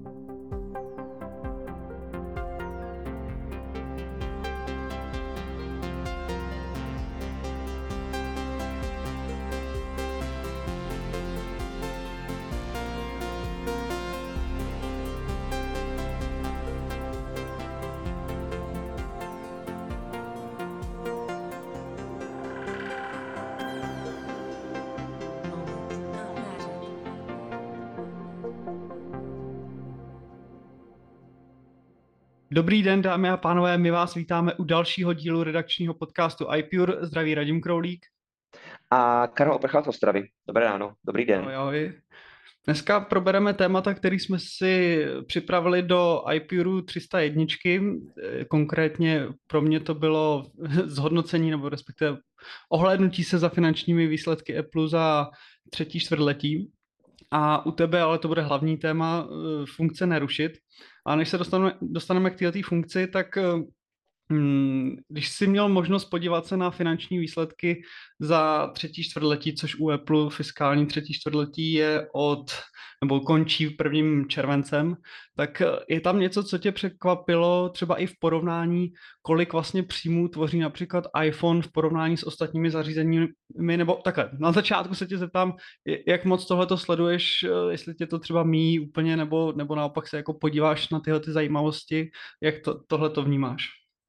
Dobrý den, dámy a pánové, my vás vítáme u dalšího dílu redakčního podcastu iPure. Zdraví Radim Kroulík. A Karel Oprchala z Ostravy. Dobré ráno, dobrý den. Ahoj, ahoj. Dneska probereme témata, který jsme si připravili do iPuru 301. Konkrétně pro mě to bylo zhodnocení nebo respektive ohlédnutí se za finančními výsledky Apple za třetí čtvrtletí. A u tebe, ale to bude hlavní téma, funkce nerušit. A než se dostaneme k této funkci, tak když jsi měl možnost podívat se na finanční výsledky za třetí čtvrtletí, což u Apple fiskální třetí čtvrtletí je nebo končí 1. červencem, tak je tam něco, co tě překvapilo třeba i v porovnání, kolik vlastně příjmů tvoří například iPhone v porovnání s ostatními zařízeními, nebo takhle. Na začátku se tě zeptám, jak moc tohleto sleduješ, jestli tě to třeba míjí úplně, nebo naopak se jako podíváš na tyhle ty zajímavosti, jak tohleto vnímáš?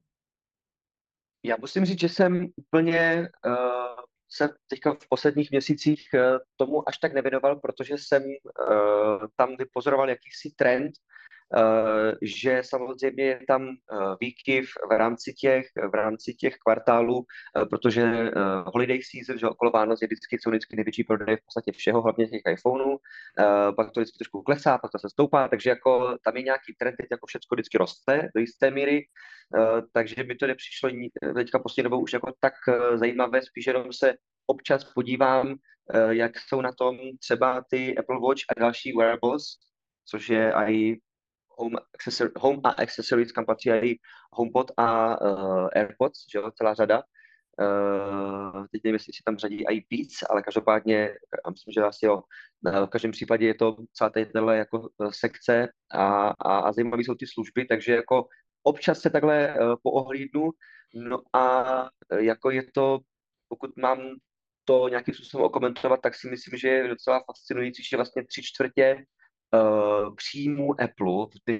Já musím říct, že jsem úplně se teďka v posledních měsících tomu až tak nevěnoval, protože jsem tam vypozoroval jakýsi trend, že samozřejmě je tam výkyv v rámci těch kvartálů, protože holiday season, že okolo Vánoc jsou vždycky největší prodeje v podstatě všeho, hlavně těch iPhoneů, pak to vždycky trošku klesá, pak to se stoupá, takže jako tam je nějaký trend, teď jako všechno vždycky roste do jisté míry, takže mi to nepřišlo teďka poslední dobou už jako tak zajímavé, spíš jenom se občas podívám, jak jsou na tom třeba ty Apple Watch a další wearables, což je i home a accessories, kam patří i HomePod a AirPods, že jo, celá řada. Teď nevím, jestli tam řadí i Beats, ale každopádně, já myslím, že vlastně jo, v každém případě je to celá tadyhle jako sekce a zajímavé jsou ty služby, takže jako občas se takhle poohlídnu, no a jako je to, pokud mám to nějakým způsobem okomentovat, tak si myslím, že je docela fascinující, že vlastně 3/4 příjmů Apple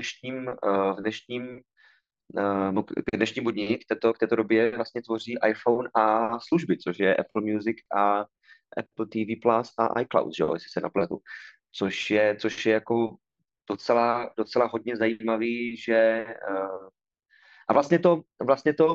k dnešnímu dni, k této době vlastně tvoří iPhone a služby, což je Apple Music a Apple TV Plus a iCloud, že jo, jestli se napletu. Což je jako docela hodně zajímavý, že a vlastně to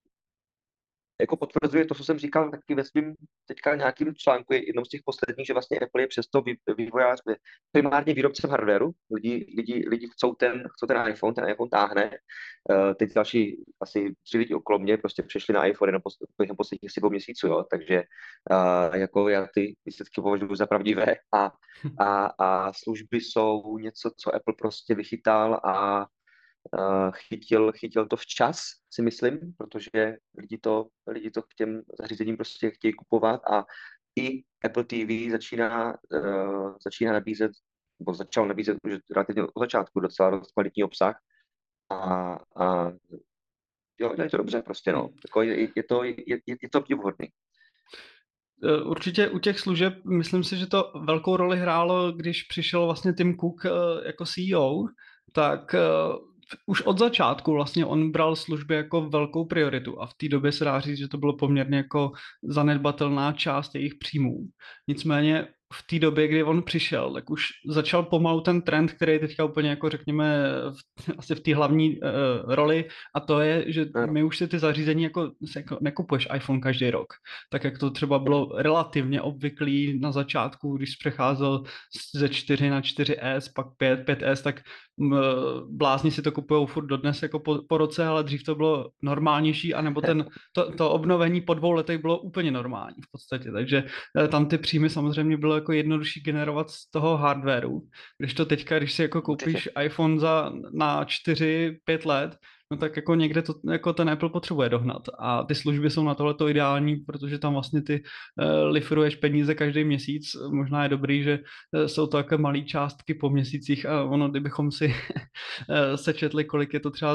jako potvrzuje to, co jsem říkal taky ve svým teďka nějakým článku, jednou z těch posledních, že vlastně Apple je přesto vývojář, primárně výrobcem hardwareu. Lidi chcou ten iPhone táhne. Teď další asi 3 lidi okolo mě prostě přešli na iPhone během posledních asi 2 měsíců, jo. Takže jako já ty výsledky považuji za pravdivé a služby jsou něco, co Apple prostě vychytal a chytil to včas, si myslím, protože lidi to k těm zařízením prostě chtějí kupovat a i Apple TV začíná nabízet, nebo začal nabízet už relativně od začátku docela dost kvalitní obsah a jo, je to dobře prostě, no. Jako je to obdivuhodný. Určitě u těch služeb, myslím si, že to velkou roli hrálo, když přišel vlastně Tim Cook jako CEO, tak už od začátku vlastně on bral služby jako velkou prioritu a v té době se dá říct, že to bylo poměrně jako zanedbatelná část jejich příjmů. Nicméně v té době, kdy on přišel, tak už začal pomalu ten trend, který je teďka úplně jako řekněme asi v té hlavní roli, a to je, že my už si ty zařízení jako nekupuješ iPhone každý rok, tak jak to třeba bylo relativně obvyklý na začátku, když přecházel ze 4 na 4S, pak 5S, tak blázni si to kupujou furt dodnes jako po roce, ale dřív to bylo normálnější, anebo to obnovení po 2 letech bylo úplně normální v podstatě, takže tam ty příjmy samozřejmě bylo jako jednodušší generovat z toho hardwareu, když to teďka, když si jako koupíš iPhone na 4-5 let, no tak jako někde to jako ten Apple potřebuje dohnat a ty služby jsou na tohle to ideální, protože tam vlastně ty lifruješ peníze každý měsíc. Možná je dobrý, že jsou to takové malé částky po měsících a ono, kdybychom si sečetli, kolik je to třeba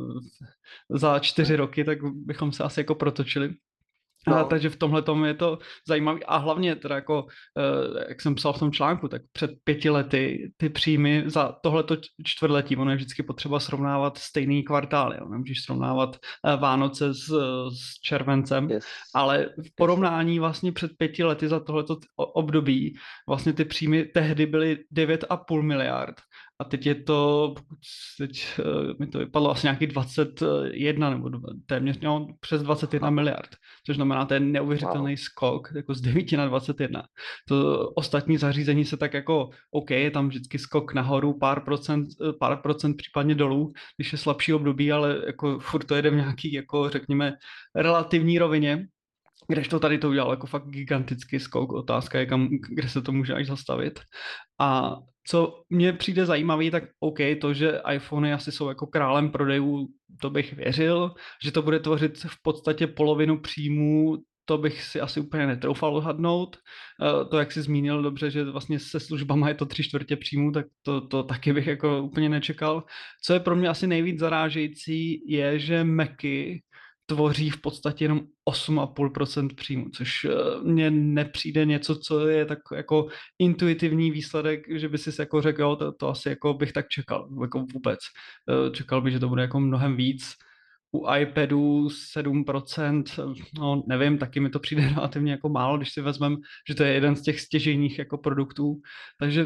za 4 roky, tak bychom se asi jako protočili. No, Takže v tomhle tomu je to zajímavé a hlavně teda jako, jak jsem psal v tom článku, tak před 5 lety ty příjmy za tohleto čtvrtletí, ono je vždycky potřeba srovnávat stejný kvartály, jo. Nemůžeš srovnávat Vánoce s červencem, yes, ale v yes. porovnání vlastně před 5 lety za tohleto období vlastně ty příjmy tehdy byly 9,5 miliard a teď je to, teď mi to vypadlo asi nějaký 21 nebo téměř přes 21 Wow, miliard, což znamená, to je wow. neuvěřitelný skok, jako z 9 na 21. To ostatní zařízení se tak jako, OK, je tam vždycky skok nahoru, pár procent případně dolů, když je slabší období, ale jako furt to jede v nějaký, jako řekněme, relativní rovině. Kdežto tady to udělal jako fakt gigantický skok. Otázka je, kde se to může až zastavit. A co mně přijde zajímavý, tak OK, to, že iPhony asi jsou jako králem prodejů, to bych věřil, že to bude tvořit v podstatě polovinu příjmů, to bych si asi úplně netroufal odhadnout. To, jak jsi zmínil dobře, že vlastně se službama je to 3/4 příjmů, tak to taky bych jako úplně nečekal. Co je pro mě asi nejvíc zarážející, je, že Macy tvoří v podstatě jenom 8,5% příjmu, což mně nepřijde něco, co je tak jako intuitivní výsledek, že by si jako řekl, jo, to asi jako bych tak čekal, jako vůbec. Čekal bych, že to bude jako mnohem víc. U iPadu 7%, no nevím, taky mi to přijde relativně jako málo, když si vezmem, že to je jeden z těch stěžejních jako produktů. Takže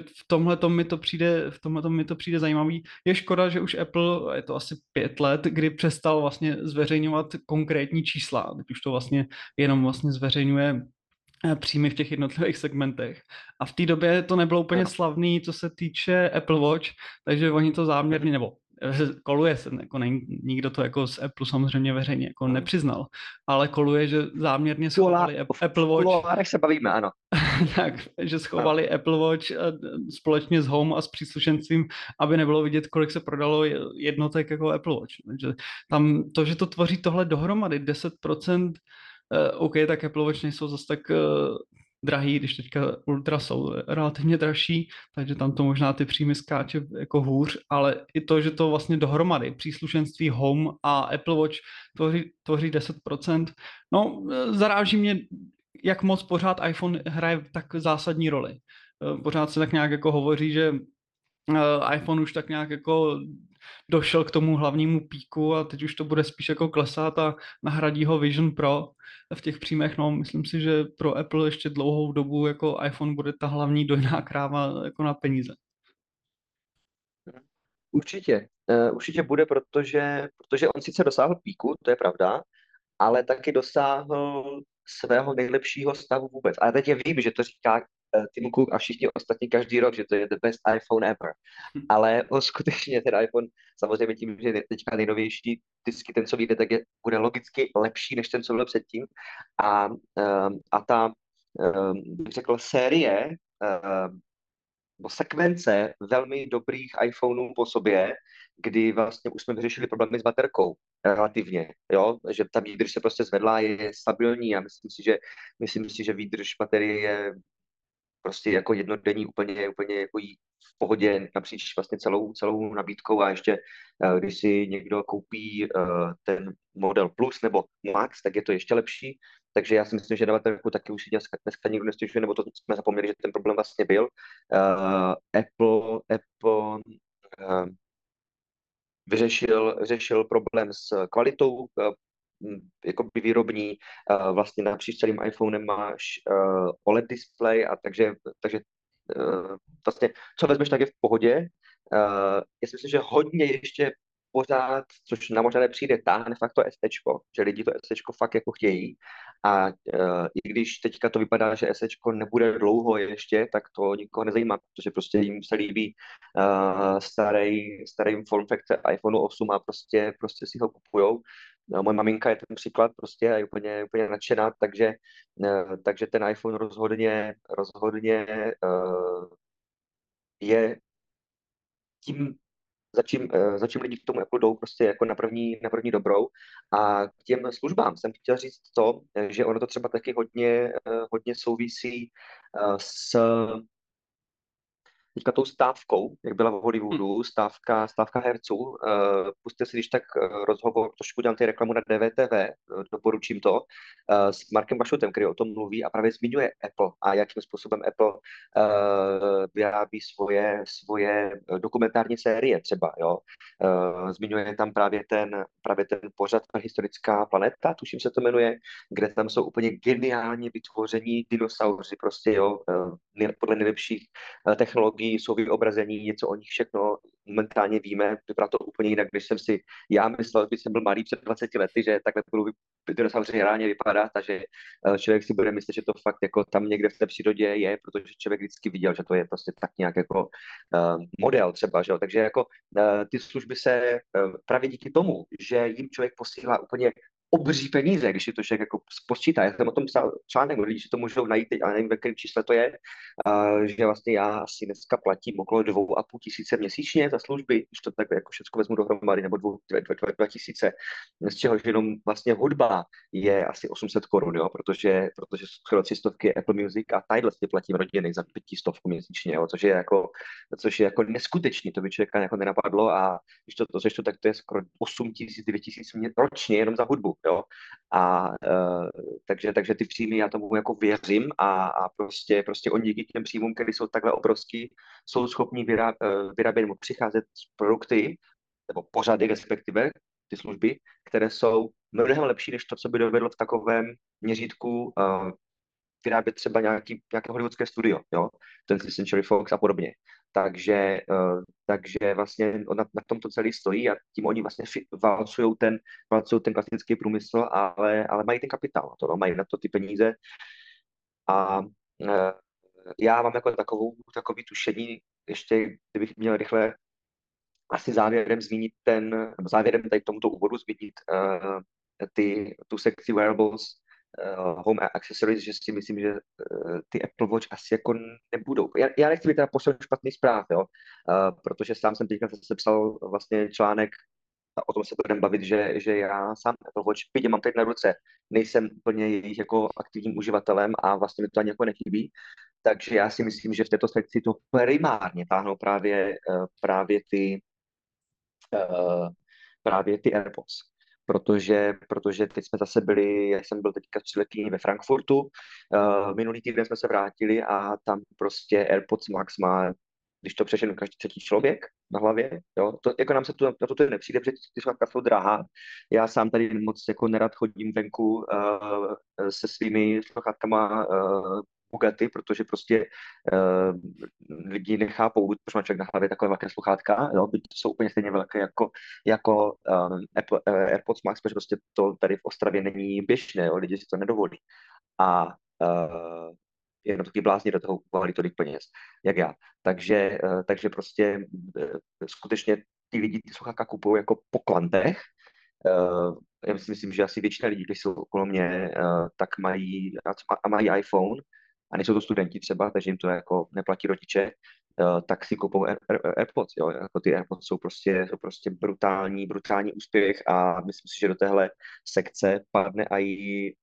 v tomhle mi to přijde zajímavý. Je škoda, že už Apple, je to asi 5 let, kdy přestal vlastně zveřejňovat konkrétní čísla. Teď už to vlastně jenom vlastně zveřejňuje příjmy v těch jednotlivých segmentech. A v té době to nebylo úplně Ano. slavný, co se týče Apple Watch, takže oni to záměrně, nebo koluje se, jako nikdo to jako z Apple samozřejmě veřejně jako Ano. nepřiznal, ale koluje, že záměrně Kula, schovali Apple v Watch, kuloárech se bavíme, ano. tak, že Ano. schovali Apple Watch společně s Home a s příslušenstvím, aby nebylo vidět, kolik se prodalo jednotek jako Apple Watch. Takže tam to, že to tvoří tohle dohromady 10%, OK, tak Apple Watch nejsou zase tak drahý, když teďka Ultra jsou relativně dražší, takže tam to možná ty příjmy skáče jako hůř, ale i to, že to vlastně dohromady příslušenství Home a Apple Watch tvoří 10%, no zaráží mě, jak moc pořád iPhone hraje tak zásadní roli. Pořád se tak nějak jako hovoří, že iPhone už tak nějak jako došel k tomu hlavnímu píku a teď už to bude spíš jako klesat a nahradí ho Vision Pro v těch příjmech. No, myslím si, že pro Apple ještě dlouhou dobu jako iPhone bude ta hlavní dojná kráva jako na peníze. Určitě. Určitě bude, protože on sice dosáhl píku, to je pravda, ale taky dosáhl svého nejlepšího stavu vůbec. A teď je vím, že to říká Tim Cook a všichni ostatní každý rok, že to je the best iPhone ever. Ale on skutečně ten iPhone, samozřejmě tím, že je teďka nejnovější, vždycky ten, co vyjde, tak bude logicky lepší, než ten, co byl předtím. A ta, bych řekl, série nebo sekvence velmi dobrých iPhoneů po sobě, kdy vlastně už jsme vyřešili problémy s baterkou relativně, jo, že ta výdrž se prostě zvedla, je stabilní a myslím si, že výdrž baterie je prostě jako jednodenní úplně jako jí v pohodě napříč vlastně celou nabídkou a ještě když si někdo koupí ten model Plus nebo Max, tak je to ještě lepší. Takže já si myslím, že na baterku taky už si dneska nikdo nestěžuje, nebo to jsme zapomněli, že ten problém vlastně byl. Apple vyřešil problém s kvalitou jakoby výrobní. Vlastně napříč celým iPhonem máš OLED display a takže vlastně co vezmeš, tak je v pohodě. Já si myslím, že hodně ještě pořád, což nám možná nepřijde, táhne fakt to SEčko, že lidi to SEčko fakt jako chtějí. A i když teďka to vypadá, že SEčko nebude dlouho ještě, tak to nikoho nezajímá, protože prostě jim se líbí starý form factor iPhone 8 a prostě si ho kupujou. No, moje maminka je ten příklad prostě a je úplně nadšená, takže ten iPhone rozhodně je tím za čím lidi k tomu Apple jdou prostě jako na první dobrou. A k těm službám jsem chtěl říct to, že ono to třeba taky hodně souvisí s teďka tou stávkou, jak byla v Hm. Hollywoodu, stávka herců. Puste si když tak rozhovor, trošku dělám ty reklamu na DVTV, doporučím to, s Markem Bašotem, který o tom mluví a právě zmiňuje Apple a jakým způsobem Apple vyrábí svoje dokumentární série třeba, jo. Zmiňuje tam právě ten pořad Historická planeta, tuším se to jmenuje, kde tam jsou úplně geniálně vytvoření dinosauři, prostě, jo, podle nejlepších technologií, jsou vyobrazení, něco o nich všechno momentálně víme, vypadá to úplně jinak, když jsem si já myslel, když jsem byl malý před 20 lety, že takhle budou dinosauři reálně vypadat a že člověk si bude myslet, že to fakt jako tam někde v té přírodě je, protože člověk vždycky viděl, že to je prostě tak nějak jako model třeba, že jo? Takže jako ty služby se právě díky tomu, že jim člověk posílá úplně obří peníze, když si to člověk jako spočítá. Já jsem o tom psal článek, lidi si to můžou najít teď, ale nevím, ve kterém čísle to je, že vlastně já asi dneska platím okolo 2,5 tisíce měsíčně za služby, když to tak jako všechno vezmu dohromady, nebo 2 tisíce, z čehož jenom vlastně hudba je asi 800 korun, jo, protože skoro 300 Apple Music a Tidal si platím rodiny za 500 měsíčně, jo, což je jako neskutečný, to by člověka jako nenapadlo a když to tak to je skoro 8 000, 9 000 ročně jenom za hudbu, jo. A takže ty příjmy, já tomu jako věřím a prostě oni díky těm příjmům, které jsou takhle obrovský, jsou schopni vyrábět nebo přicházet s produkty nebo pořady, respektive ty služby, které jsou mnohem lepší, než to, co by dovedlo v takovém měřítku vyrábět třeba nějaké hollywoodské studio, jo, 20th Century Fox a podobně. Takže vlastně na tom to celý stojí a tím oni vlastně válcují ten klasický průmysl, ale mají ten kapitál na to, no, mají na to ty peníze a já mám jako takový tušení, ještě kdybych měl rychle asi závěrem tady k tomuto úvodu zmínit tu sekci wearables, home accessories, že si myslím, že ty Apple Watch asi jako nebudou. Já nechci být teda poslal špatný zpráv, jo, protože sám jsem teďka zase psal vlastně článek a o tom se budeme bavit, že já sám Apple Watch, byť mám teď na ruce, nejsem úplně jejich jako aktivním uživatelem a vlastně mi to ani jako nechybí, takže já si myslím, že v této sekci to primárně táhnou právě ty AirPods. Protože teď jsme zase já jsem byl teďka 3 letý ve Frankfurtu, minulý týden jsme se vrátili a tam prostě AirPods Max má, když to přešenu, každý třetí člověk na hlavě, jo, to jako nám se tu na to nepřijde, protože ty sluchátka jsou drahá. Já sám tady moc jako nerad chodím venku se svými sluchátkama Bugatti, protože prostě lidi nechápou, proč má člověk na hlavě takové velké sluchátka, jo, byť jsou úplně stejně velké jako Apple, AirPods Max, protože prostě to tady v Ostravě není běžné, jo, lidi si to nedovolí. A jenom taky blázni do toho uvalí tolik peněz, jak já. Takže prostě skutečně ty lidi ty sluchátka kupují jako po klantech. Já si myslím, že asi většina lidí, kteří jsou okolo mě, tak mají iPhone a nejsou to studenti třeba, takže jim to jako neplatí rodiče, tak si koupou AirPods. Jo? Jako ty AirPods jsou prostě brutální úspěch a myslím si, že do téhle sekce padne i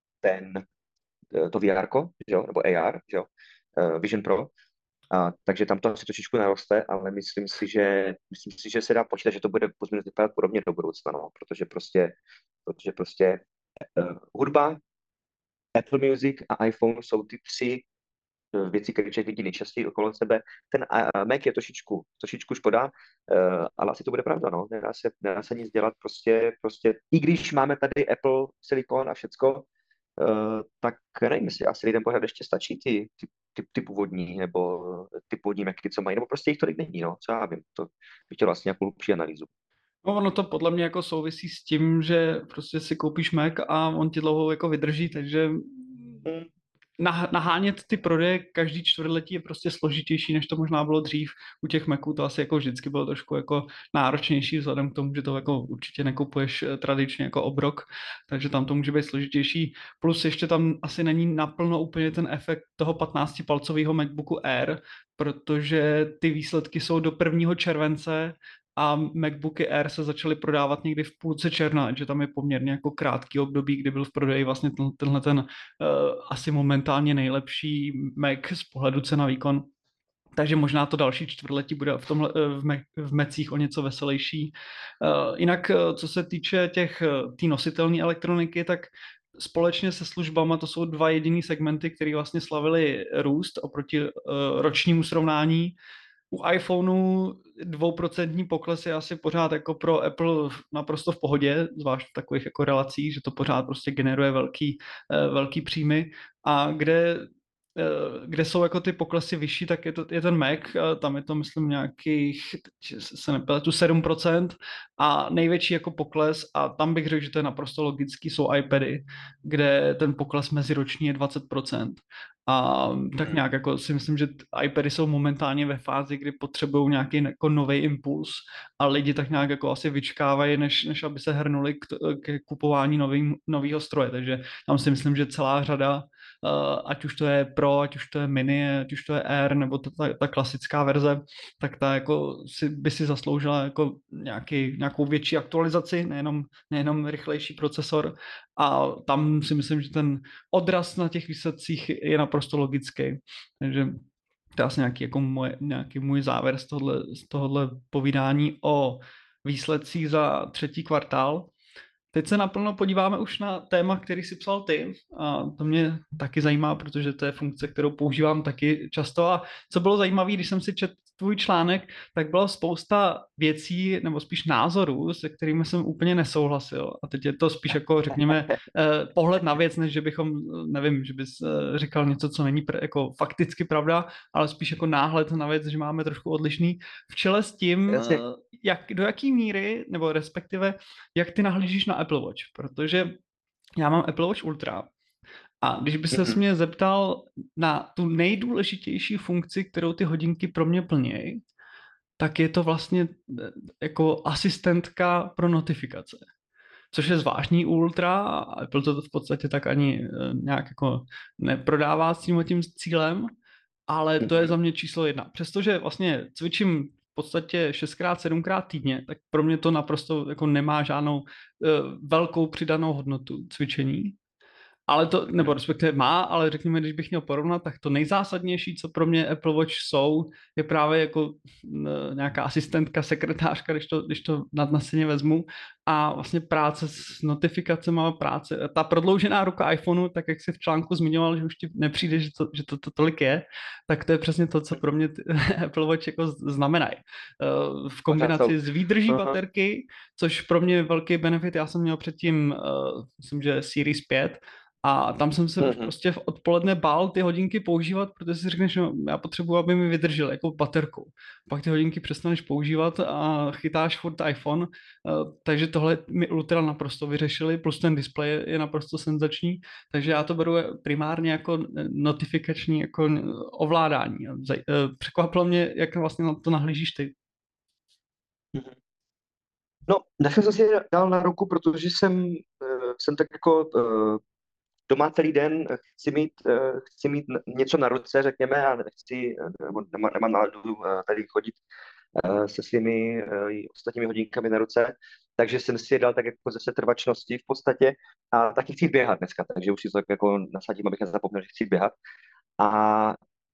to VR, jo? Nebo AR, jo? Vision Pro. Takže tam to asi trošičku naroste, ale myslím si, že se dá počítat, že to bude vypadat podobně do budoucna, no? protože hudba, Apple Music a iPhone jsou ty 3 věci, které člověk vidí nejčastěji okolo sebe. Ten Mac je trošičku škoda, ale asi to bude pravda, no. Nedá se nic dělat, prostě i když máme tady Apple Silicon a všecko, tak nevím, jestli asi lidem pořád ještě stačí ty původní, nebo ty původní Macy, co mají, nebo prostě jich tolik není, no, co já vím, to bych chtěl vlastně nějakou hlubší analýzu. No, ono to podle mě jako souvisí s tím, že prostě si koupíš Mac a on ti dlouho jako vydrží, takže Hmm. nahánět ty prodeje každý čtvrtletí je prostě složitější, než to možná bylo dřív. U těch Maců to asi jako vždycky bylo trošku jako náročnější vzhledem k tomu, že to jako určitě nekupuješ tradičně jako obrok, takže tam to může být složitější. Plus ještě tam asi není naplno úplně ten efekt toho 15-palcového MacBooku Air, protože ty výsledky jsou do 1. července a MacBooky Air se začaly prodávat někdy v půlce června, že tam je poměrně jako krátký období, kdy byl v prodeji vlastně tenhle ten asi momentálně nejlepší Mac z pohledu cena výkon. Takže možná to další čtvrtletí bude v tomhle, v Mecích o něco veselější. Jinak, co se týče té nositelné elektroniky, tak společně se službama to jsou dva jediný segmenty, které vlastně slavily růst oproti ročnímu srovnání. U iPhoneu 2% pokles je asi pořád jako pro Apple naprosto v pohodě, zvlášť v takových jako relacích, že to pořád prostě generuje velký příjmy. A kde jsou jako ty poklesy vyšší, tak je ten Mac, tam je to myslím nějakých, teď se nepletu, 7% a největší jako pokles, a tam bych řekl, že to je naprosto logický, jsou iPady, kde ten pokles meziroční je 20%. A tak nějak jako si myslím, že iPady jsou momentálně ve fázi, kdy potřebují nějaký jako nový impuls a lidi tak nějak jako asi vyčkávají, než aby se hrnuli k kupování nového stroje. Takže tam si myslím, že celá řada, ať už to je Pro, ať už to je Mini, ať už to je Air, nebo ta klasická verze, tak ta jako by si zasloužila jako nějakou větší aktualizaci, nejenom rychlejší procesor. A tam si myslím, že ten odraz na těch výsledcích je naprosto logický. Takže to je asi nějaký můj závěr z tohohle povídání o výsledcích za třetí kvartál. Teď se naplno podíváme už na téma, který si psal ty. A to mě taky zajímá, protože to je funkce, kterou používám taky často. A co bylo zajímavé, když jsem si četl tvůj článek, tak bylo spousta věcí, nebo spíš názorů, se kterými jsem úplně nesouhlasil. A teď je to spíš jako, řekněme, pohled na věc, než že bychom, nevím, že bys říkal něco, co není jako fakticky pravda, ale spíš jako náhled na věc, že máme trošku odlišný. V čele s tím, Jasně. do jaký míry, nebo respektive, jak ty nahlížíš na Apple Watch, protože já mám Apple Watch Ultra a když by se mě zeptal na tu nejdůležitější funkci, kterou ty hodinky pro mě plnějí, tak je to vlastně jako asistentka pro notifikace. Což je zvláštní u Ultra a Apple to v podstatě tak ani nějak jako neprodává s tím cílem, ale to je za mě číslo 1. Přestože vlastně cvičím v podstatě 6x, 7x týdně, tak pro mě to naprosto jako nemá žádnou velkou přidanou hodnotu cvičení. Ale to, nebo respektive má, ale řekněme, když bych měl porovnat, tak to nejzásadnější, co pro mě Apple Watch jsou, je právě jako nějaká asistentka, sekretářka, když to nadneseně vezmu, a vlastně práce s notifikacemi, ta prodloužená ruka iPhoneu, tak jak jsi v článku zmiňoval, že už ti nepřijde, že to tolik je, tak to je přesně to, co pro mě Apple Watch jako znamenají. V kombinaci s výdrží baterky, což pro mě je velký benefit, já jsem měl předtím, myslím, že Series 5, a tam jsem se už prostě v odpoledne bál ty hodinky používat, protože si řekneš, no, já potřebuji, aby mi vydržel jako baterkou. Pak ty hodinky přestaneš používat a chytáš furt iPhone, takže tohle mi Ultra naprosto vyřešili, plus ten displej je naprosto senzační, takže já to beru primárně jako notifikační jako ovládání. Překvapilo mě, jak vlastně na to nahlížíš ty. No, dneska jsem si dal na ruku, protože jsem tak jako doma celý den, chci mít něco na ruce, řekněme, a nebo nemám náladu tady chodit se svými ostatními hodinkami na ruce, takže jsem si je dal tak jako ze setrvačnosti v podstatě a taky chci běhat dneska, takže už si to tak jako nasadím, abych nezapomněl, že chci běhat. A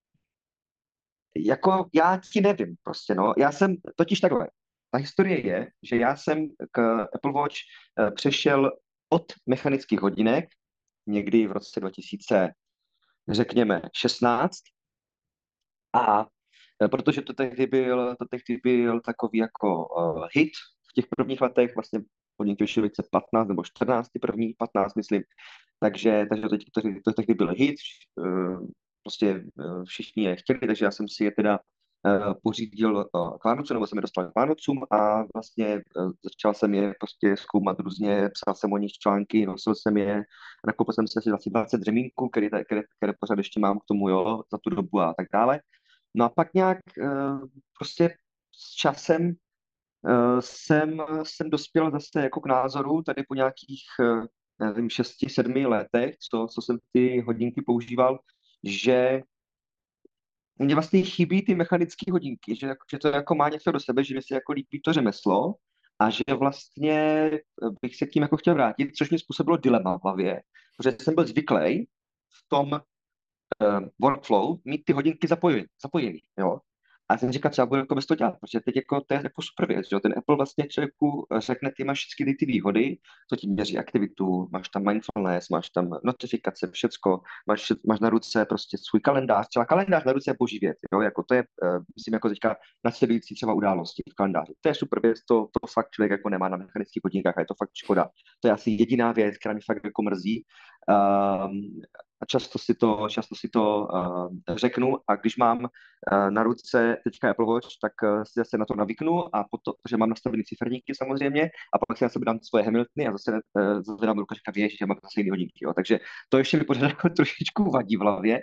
jako já ti nevím prostě, no. Já jsem totiž takhle. Ta historie je, že já jsem k Apple Watch přešel od mechanických hodinek někdy v roce 2000, řekněme, 16. A protože to tehdy byl takový jako hit v těch prvních letech, vlastně hodinky vyšly v roce 15 nebo 14, ty první 15, myslím. Takže to tehdy byl hit, prostě všichni je chtěli, takže já jsem si je teda pořídil k Vánocům, nebo jsem je dostal k Vánocům a vlastně začal jsem je prostě zkoumat různě, psal jsem o nich články, nosil jsem je, nakoupil jsem si asi 20 dřemínků, které pořád ještě mám k tomu, jo, za tu dobu a tak dále. No a pak nějak prostě s časem jsem dospěl zase jako k názoru, tady po nějakých, nevím, 6, 7 letech, co jsem ty hodinky používal, že mně vlastně chybí ty mechanické hodinky, že to jako má něco do sebe, že mi se jako líbí to řemeslo a že vlastně bych se k tím jako chtěl vrátit, což mi způsobilo dilema v hlavě, protože jsem byl zvyklý v tom workflow mít ty hodinky zapojený, jo. A já jsem říkal, co já budu jako bez toho dělat, protože teď jako, to je jako super věc, že jo. Ten Apple vlastně člověku řekne, ty máš všechny ty výhody, co ti měří aktivitu, máš tam mindfulness, máš tam notifikace, všecko, máš na ruce prostě svůj kalendář, třeba kalendář na ruce je boží věc, jo, jako to je, myslím, jako teďka nasledující třeba události v kalendáři. To je super věc, to fakt člověk jako nemá na mechanických hodinkách a je to fakt škoda. To je asi jediná věc, která mi fakt jako mrzí. A často si to řeknu a když mám na ruce teďka Apple Watch, tak si zase na to navyknu a potom, protože mám nastavený ciferníky samozřejmě a pak si na sebe dám svoje Hamiltony a zase dám ruku a říkám, že mám zase jiný hodinky. Jo. Takže to ještě mi pořád jako trošičku vadí v hlavě.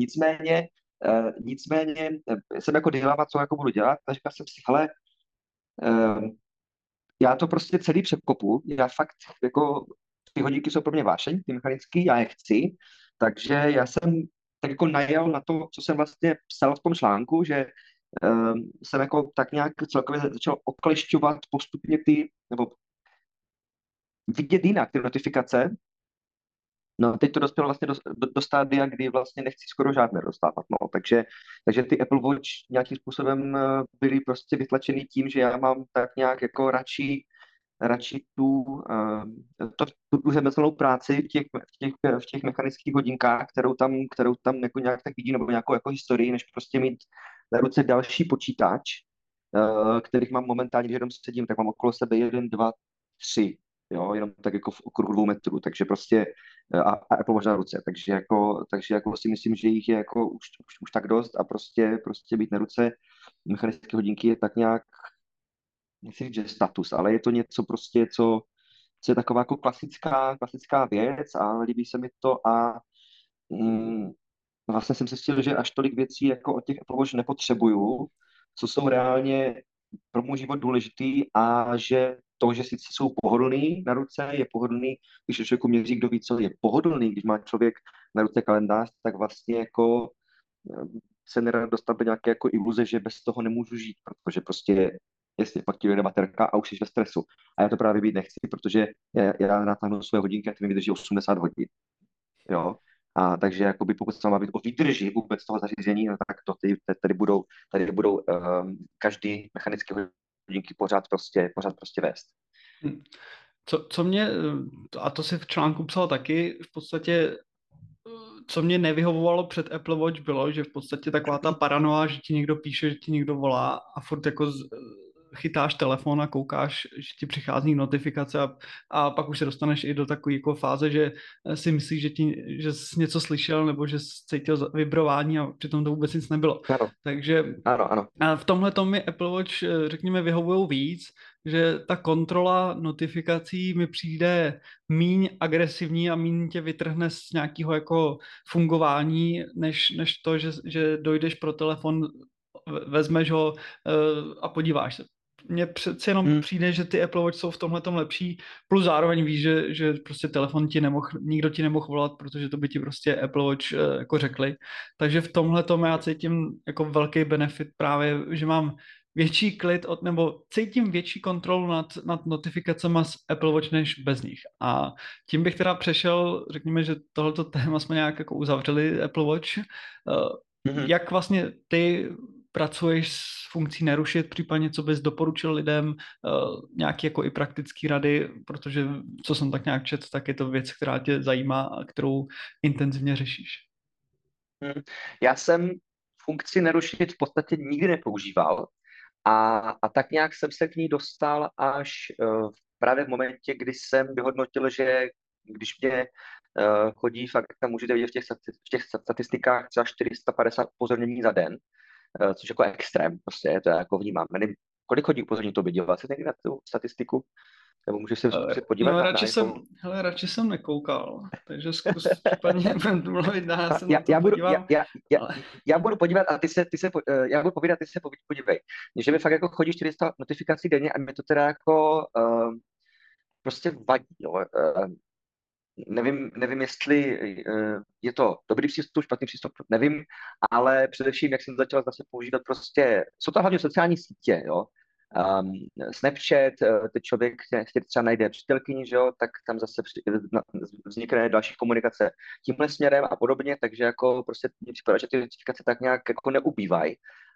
Nicméně jsem jako dilema, co jako budu dělat, a říkal jsem si, hele, uh, já to prostě celý překopu, já fakt jako ty hodinky jsou pro mě vášeň, ty mechanický, já je chci, takže já jsem tak jako najel na to, co jsem vlastně psal v tom článku, že jsem jako tak nějak celkově začal oklešťovat postupně nebo vidět jinak ty notifikace. No teď to dospělo vlastně do stádia, kdy vlastně nechci skoro žádné dostávat, no. Takže ty Apple Watch nějakým způsobem byly prostě vytlačený tím, že já mám tak nějak jako radši tu řemeslnou práci v těch mechanických hodinkách, kterou tam jako nějak tak vidí, nebo nějakou jako historii, než prostě mít na ruce další počítač, kterých mám momentálně, když jenom sedím, tak mám okolo sebe 1, 2, 3, jo, jenom tak jako v okruhu 2 metrů, takže prostě a Apple Watch na ruce, takže jako si myslím, že jich je jako už tak dost a prostě být na ruce mechanické hodinky je tak nějak, nechci říct, že status, ale je to něco prostě, co je taková jako klasická věc a líbí se mi to a mm, vlastně jsem zjistil, že až tolik věcí jako od těch Apple Watch nepotřebuju, co jsou reálně pro můj život důležitý a že to, že sice jsou pohodlný na ruce, je pohodlný, když člověku měří, kdo ví, co je pohodlný, když má člověk na ruce kalendář, tak vlastně jako se nerad dostat do nějaké jako iluze, že bez toho nemůžu žít, protože prostě jestli pak ti jde baterka a už jsi ve stresu. A já to právě být nechci, protože já natáhnu své hodinky a ty mi vydrží 80 hodin. Jo? A takže jakoby, pokud se má bavit o výdrži vůbec toho zařízení, no, tak to tady budou každý mechanické hodinky pořád prostě vést. Hm. Co mě, a to si v článku psal taky, v podstatě co mě nevyhovovalo před Apple Watch bylo, že v podstatě taková ta paranoia, že ti někdo píše, že ti někdo volá a furt jako chytáš telefon a koukáš, že ti přichází notifikace a pak už se dostaneš i do takové jako fáze, že si myslíš, že jsi něco slyšel nebo že jsi cítil vibrování a přitom to vůbec nic nebylo. Ano, Takže ano. a v tomhle tom mi Apple Watch, řekněme, vyhovují víc, že ta kontrola notifikací mi přijde míň agresivní a míň tě vytrhne z nějakého jako fungování, než to, že dojdeš pro telefon, vezmeš ho a podíváš se. Mně přece jenom Hmm. přijde, že ty Apple Watch jsou v tomhle tom lepší, plus zároveň víš, že prostě telefon nikdo ti nemohl volat, protože to by ti prostě Apple Watch jako řekli. Takže v tomhle tom já cítím jako velký benefit právě, že mám větší klid nebo cítím větší kontrolu nad notifikacemi z Apple Watch než bez nich. A tím bych teda přešel, řekněme, že tohleto téma jsme nějak jako uzavřeli Apple Watch. Mhm. Jak vlastně ty pracuješ s funkcí nerušit, případně co bys doporučil lidem, nějaké jako i praktické rady, protože co jsem tak nějak četl, tak je to věc, která tě zajímá a kterou intenzivně řešíš. Hmm. Já jsem funkci nerušit v podstatě nikdy nepoužíval a tak nějak jsem se k ní dostal až právě v momentě, kdy jsem vyhodnotil, že když mě chodí fakt, tam můžete vidět v těch statistikách třeba 450 upozornění za den, což jako extrém, prostě to já jako vnímám. Nevím, kolik chodí upozornění to dívat se někdy na tu statistiku? Nebo můžeš se zkusit podívat No, na iPhone? radši jsem nekoukal, takže zkus případně mluvit, já se na Já, to já, budu, podívám, já, ale já budu podívat a já budu povídat, ty se podívej. Že mi fakt jako chodí 400 notifikací denně a mě to teda jako prostě vadí. Jo. nevím, jestli je to dobrý přístup, špatný přístup, nevím, ale především, jak jsem začal zase používat prostě, jsou to hlavně sociální sítě, jo. Um, Snapchat, teď člověk si třeba najde přítelkyni, že jo, tak tam zase vznikne další komunikace tímhle směrem a podobně, takže jako prostě mně připadá, že ty notifikace tak nějak jako neubývají.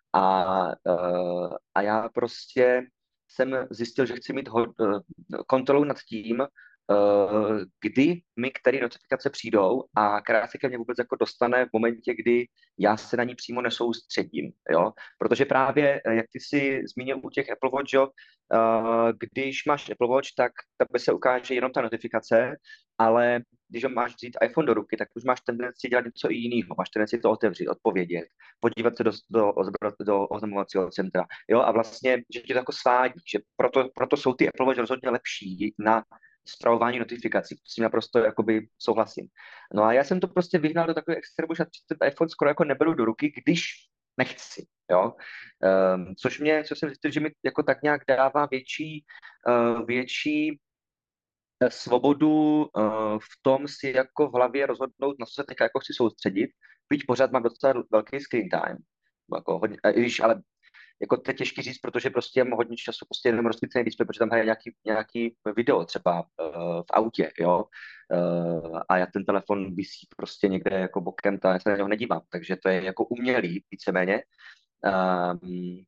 A já prostě jsem zjistil, že chci mít kontrolu nad tím, kdy mi které notifikace přijdou a která se ke mně vůbec jako dostane v momentě, kdy já se na ní přímo nesoustředím, jo. Protože právě, jak ty si zmínil u těch Apple Watch, jo, když máš Apple Watch, tak tebe se ukáže jenom ta notifikace, ale když ho máš vzít iPhone do ruky, tak už máš tendenci dělat něco jiného. Máš tendenci to otevřít, odpovědět, podívat se do oznamovacího centra. Jo, a vlastně, že tě to jako svádí, že proto jsou ty Apple Watch rozhodně lepší na spravování notifikací. S tím naprosto jakoby souhlasím. No a já jsem to prostě vyhnal do takové extrému, že ten iPhone skoro jako neberu do ruky, když nechci, jo. Což jsem zjistil, že mi jako tak nějak dává větší svobodu v tom si jako v hlavě rozhodnout, na co se teď jako chci soustředit, byť pořád mám docela velký screen time, jako hodně, ale jako to je těžký říct, protože prostě mám hodně času prostě jenom rozsvícený displej, protože tam hraje nějaký video třeba v autě, jo. A já ten telefon visí prostě někde jako bokem, já se na něho nedívám, takže to je jako umělý víceméně. Um,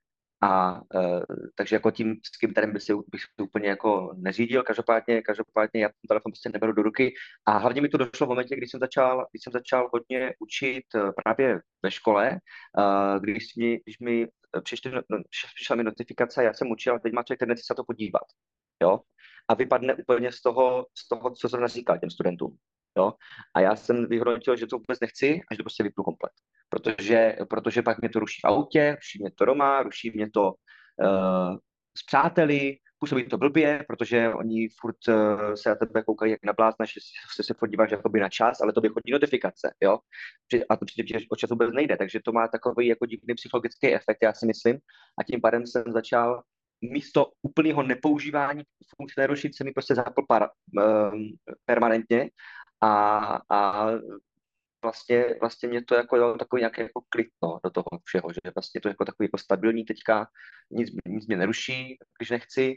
takže jako tím skimterem bych si úplně jako neřídil, každopádně já ten telefon prostě neberu do ruky a hlavně mi to došlo v momentě, když jsem začal hodně učit právě ve škole, když mi přišla mi notifikace, já jsem učil, a teď má člověk tendenci se to podívat, jo, a vypadne úplně z toho, co zrovna říkal těm studentům, jo, a já jsem vyhodnotil, že to vůbec nechci, až to prostě vypnu komplet, protože pak mě to ruší v autě, ruší mě to doma, ruší mě to s přáteli, působí to blbě, protože oni furt se na tebe koukají jak na blázna, že se podíváš jakoby na čas, ale tobě chodí notifikace, jo? A to přijde, že o čas vůbec nejde, takže to má takový jako divný psychologický efekt, já si myslím, a tím pádem jsem začal místo úplného nepoužívání funkce nerušit se mi prostě zapl permanentně a vlastně mě to jako dalo takový nějaký jako klid, no, do toho všeho, že vlastně to je jako takový jako stabilní teďka, nic mě neruší, když nechci,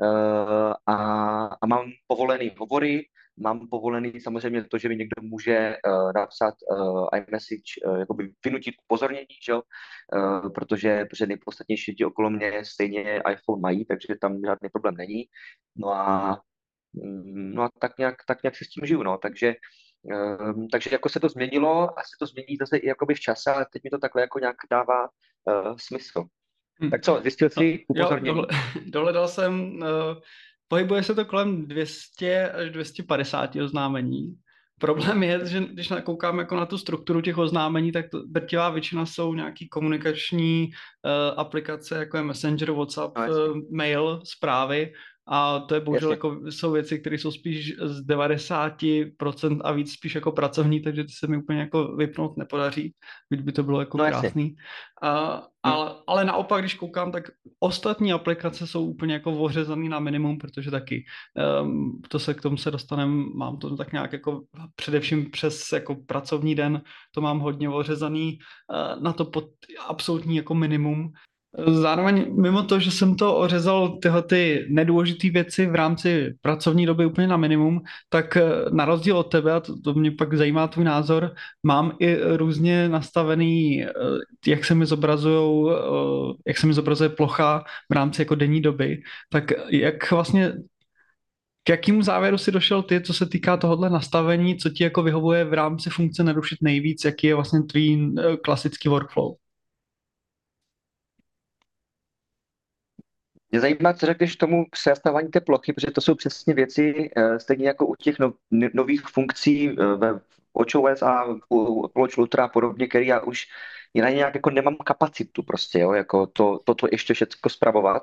a mám povolený hovory, mám povolený samozřejmě to, že mi někdo může napsat iMessage, jakoby vynutit upozornění, že jo, protože nejpodstatnější lidi okolo mě stejně iPhone mají, takže tam žádný problém není. No a tak nějak si s tím žiju, no, takže jako se to změnilo a se to změní zase i jakoby v čase, ale teď mi to takhle jako nějak dává smysl. Tak co, zjistil jsi Jo, upozornění? dohledal jsem, pohybuje se to kolem 200 až 250 oznámení. Problém je, že když nakoukám jako na tu strukturu těch oznámení, tak drtivá většina jsou nějaký komunikační aplikace, jako je Messenger, WhatsApp, No, jasně, mail, zprávy. A to je bohužel jasně. jako, jsou věci, které jsou spíš z 90% a víc spíš jako pracovní, takže ty se mi úplně jako vypnout nepodaří, byť by to bylo jako No jasně. krásný. Hm. Ale naopak, když koukám, tak ostatní aplikace jsou úplně jako ořezaný na minimum, protože taky k tomu se dostaneme, mám to tak nějak jako především přes jako pracovní den, to mám hodně ořezaný na to pod absolutní jako minimum. Zároveň mimo to, že jsem to ořezal tyhle ty nedůležité věci v rámci pracovní doby úplně na minimum, tak na rozdíl od tebe, a to mě pak zajímá tvůj názor, mám i různě nastavený, jak se mi zobrazuje plocha v rámci jako denní doby, tak jak vlastně k jakému závěru si došel ty, co se týká tohohle nastavení, co ti jako vyhovuje v rámci funkce nerušit nejvíc, jaký je vlastně tvůj klasický workflow? Mě zajímá, co řekneš tomu sestavování té plochy, protože to jsou přesně věci, stejně jako u těch nových funkcí ve WatchOS a u Apple Watch Ultra a podobně, který já už na ně nějak jako nemám kapacitu prostě, jo, jako to ještě všechno spravovat.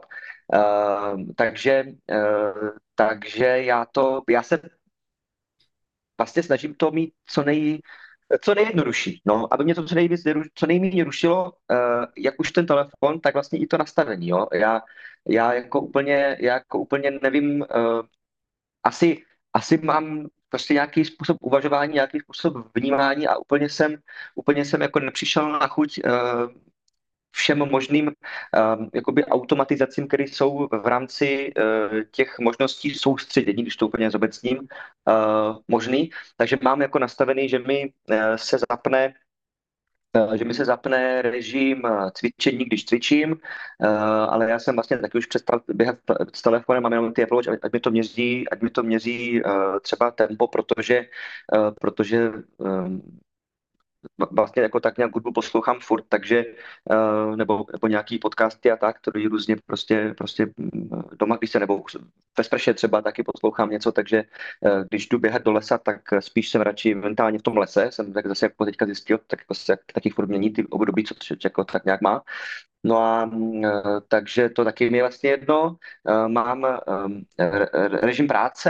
Takže já se vlastně snažím to mít co nejjednodušší, no, aby mě to co nejméně rušilo, jak už ten telefon, tak vlastně i to nastavení, jo. Já jako úplně nevím, asi mám prostě nějaký způsob uvažování, nějaký způsob vnímání a úplně jsem jako nepřišel na chuť všem možným jakoby automatizacím, které jsou v rámci těch možností soustředění, když to úplně zobecním, možný. Takže mám jako nastavený, že mi se zapne režim cvičení, když cvičím, ale já jsem vlastně taky už přestal běhat s telefonem, mám jenom ty Apple Watch, ať mi to měří třeba tempo, protože vlastně jako tak nějak hudbu poslouchám furt, takže nebo nějaký podcasty a tak, který různě prostě doma, když se nebo ve sprše třeba taky poslouchám něco, takže když jdu běhat do lesa, tak spíš jsem radši mentálně v tom lese, jsem tak zase jako teďka zjistil, tak se taky furt mění ty období, co jako tak nějak má. No a takže to taky mi je vlastně jedno. Mám režim práce,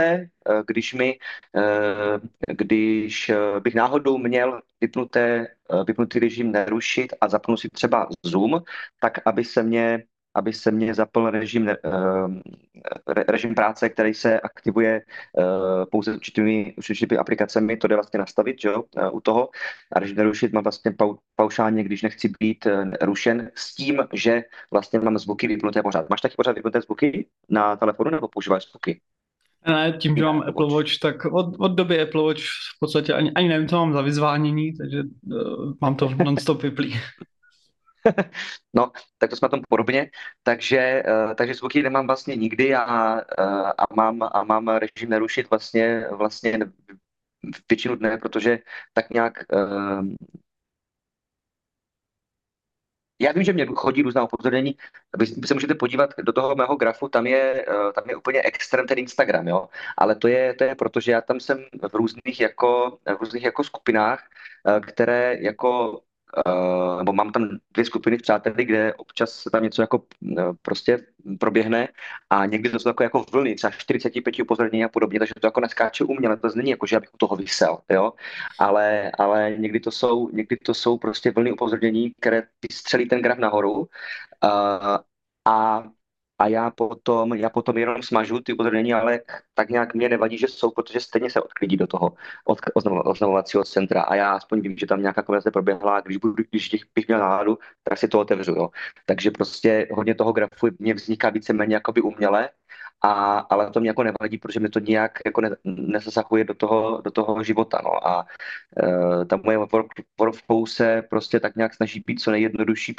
když bych náhodou měl vypnutý režim nerušit a zapnu si třeba Zoom, tak aby se mě zapl režim práce, který se aktivuje pouze s určitými aplikacemi, to jde vlastně nastavit, že jo, u toho. A režim nerušit mám vlastně paušálně, když nechci být rušen, s tím, že vlastně mám zvuky vypnuté pořád. Máš taky pořád vypnuté zvuky na telefonu nebo používáš zvuky? Ne, tím, že mám Apple Watch, tak od doby Apple Watch v podstatě ani nevím, co mám za vyzvánění, takže mám to non-stop vyplý. No, tak to jsme na tom podobně, takže zvuky nemám vlastně nikdy a mám režim nerušit vlastně většinu dne, protože tak nějak já vím, že mě chodí různá upozornění. Vy se můžete podívat do toho mého grafu, tam je úplně extrém ten Instagram, jo. Ale to je proto, že já tam jsem v různých jako skupinách, které jako nebo mám tam 2 skupiny přátelí, kde občas se tam něco jako prostě proběhne a někdy to jsou takové jako vlny, třeba 45 upozornění a podobně, takže to jako neskáče uměle, to není jako, že abych u toho visel, jo, ale někdy to jsou prostě vlny upozornění, které střelí ten graf nahoru a a já potom jenom smažu ty upozornění, ale tak nějak mě nevadí, že jsou, protože stejně se odklidí do toho oznamovacího centra a já aspoň vím, že tam nějaká konverzace proběhla a když bych měl náladu, tak si to otevřu, jo. Takže prostě hodně toho grafu mě vzniká víceméně jakoby uměle, ale to mě jako nevadí, protože mě to nijak jako nezasahuje do toho života, no. A ta moje workflow se prostě tak nějak snaží být co nejjednodušší,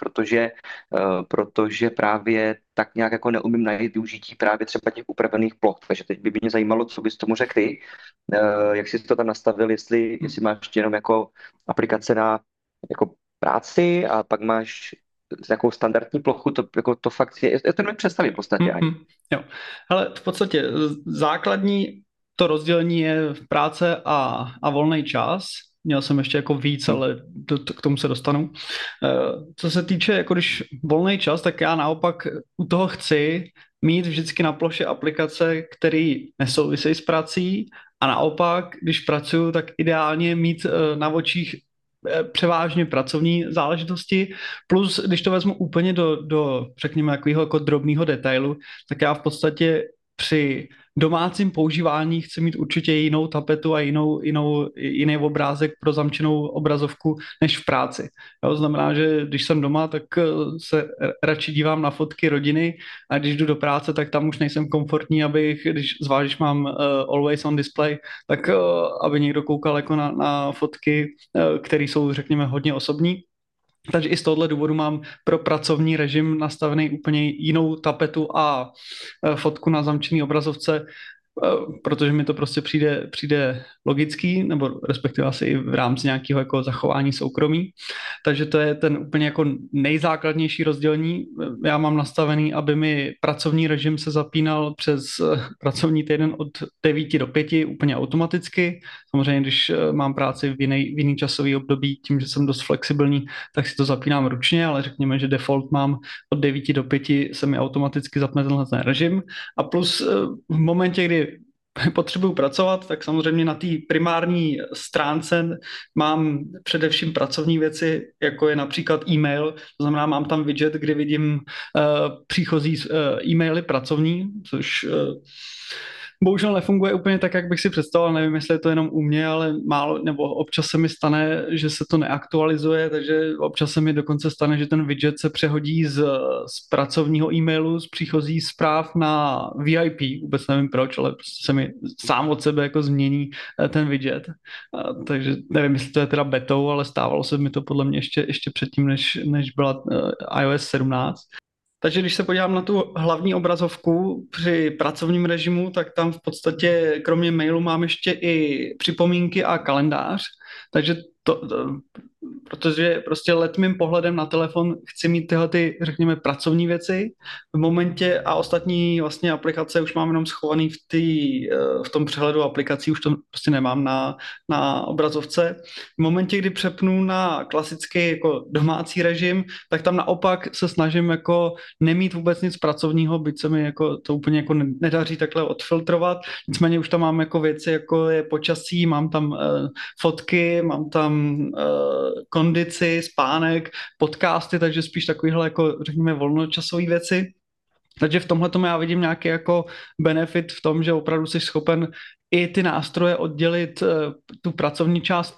protože právě tak nějak jako neumím najít využití právě třeba těch upravených ploch. Takže teď by mě zajímalo, co bys tomu řekl ty, jak jsi to tam nastavil, jestli máš jenom jako aplikace na jako práci a pak máš nějakou standardní plochu, to fakt je to představit v podstatě ani. Jo. Hele, v podstatě základní to rozdělení je v práce a volný čas. Měl jsem ještě jako víc, ale k tomu se dostanu. Co se týče, jako když volný čas, tak já naopak u toho chci mít vždycky na ploše aplikace, které nesouvisejí s prací a naopak, když pracuju, tak ideálně mít na očích převážně pracovní záležitosti, plus když to vezmu úplně do řekněme, takového jako drobného detailu, tak já v podstatě při domácím používání chci mít určitě jinou tapetu a jiný obrázek pro zamčenou obrazovku než v práci. Jo, znamená, že když jsem doma, tak se radši dívám na fotky rodiny a když jdu do práce, tak tam už nejsem komfortní, když zvlášť mám always on display, tak aby někdo koukal jako na fotky, které jsou, řekněme, hodně osobní. Takže i z tohohle důvodu mám pro pracovní režim nastavený úplně jinou tapetu a fotku na zamčený obrazovce, protože mi to prostě přijde logický, nebo respektive asi i v rámci nějakého jako zachování soukromí. Takže to je ten úplně jako nejzákladnější rozdělení. Já mám nastavený, aby mi pracovní režim se zapínal přes pracovní týden od 9 do 5 úplně automaticky. Samozřejmě, když mám práci v jiný časový období, tím, že jsem dost flexibilní, tak si to zapínám ručně, ale řekněme, že default mám od 9 do 5 se mi automaticky zapne tenhle režim. A plus v momentě, kdy potřebuju pracovat, tak samozřejmě na té primární stránce mám především pracovní věci, jako je například e-mail, to znamená, mám tam widget, kde vidím příchozí e-maily pracovní, což bohužel nefunguje úplně tak, jak bych si představoval. Nevím, jestli je to jenom u mě, ale málo, nebo občas se mi stane, že se to neaktualizuje, takže občas se mi dokonce stane, že ten widget se přehodí z pracovního e-mailu, z příchozí zpráv na VIP. Vůbec nevím proč, ale prostě se mi sám od sebe jako změní ten widget. Takže nevím, jestli to je teda betou, ale stávalo se mi to podle mě ještě předtím, než byla iOS 17. Takže když se podívám na tu hlavní obrazovku při pracovním režimu, tak tam v podstatě kromě mailu mám ještě i připomínky a kalendář. Takže protože prostě let mým pohledem na telefon chci mít tyhle ty, řekněme, pracovní věci v momentě a ostatní vlastně aplikace už mám jenom schovaný v tom přehledu aplikací, už to prostě nemám na obrazovce. V momentě, kdy přepnu na klasický jako domácí režim, tak tam naopak se snažím jako nemít vůbec nic pracovního, byť se mi jako to úplně jako nedaří takhle odfiltrovat. Nicméně už tam mám jako věci, jako je počasí, mám tam fotky, mám tam kondici, spánek, podcasty, takže spíš takovýhle jako řekněme volnočasové věci. Takže v tomhle tomu já vidím nějaký jako benefit v tom, že opravdu jsi schopen i ty nástroje oddělit tu pracovní část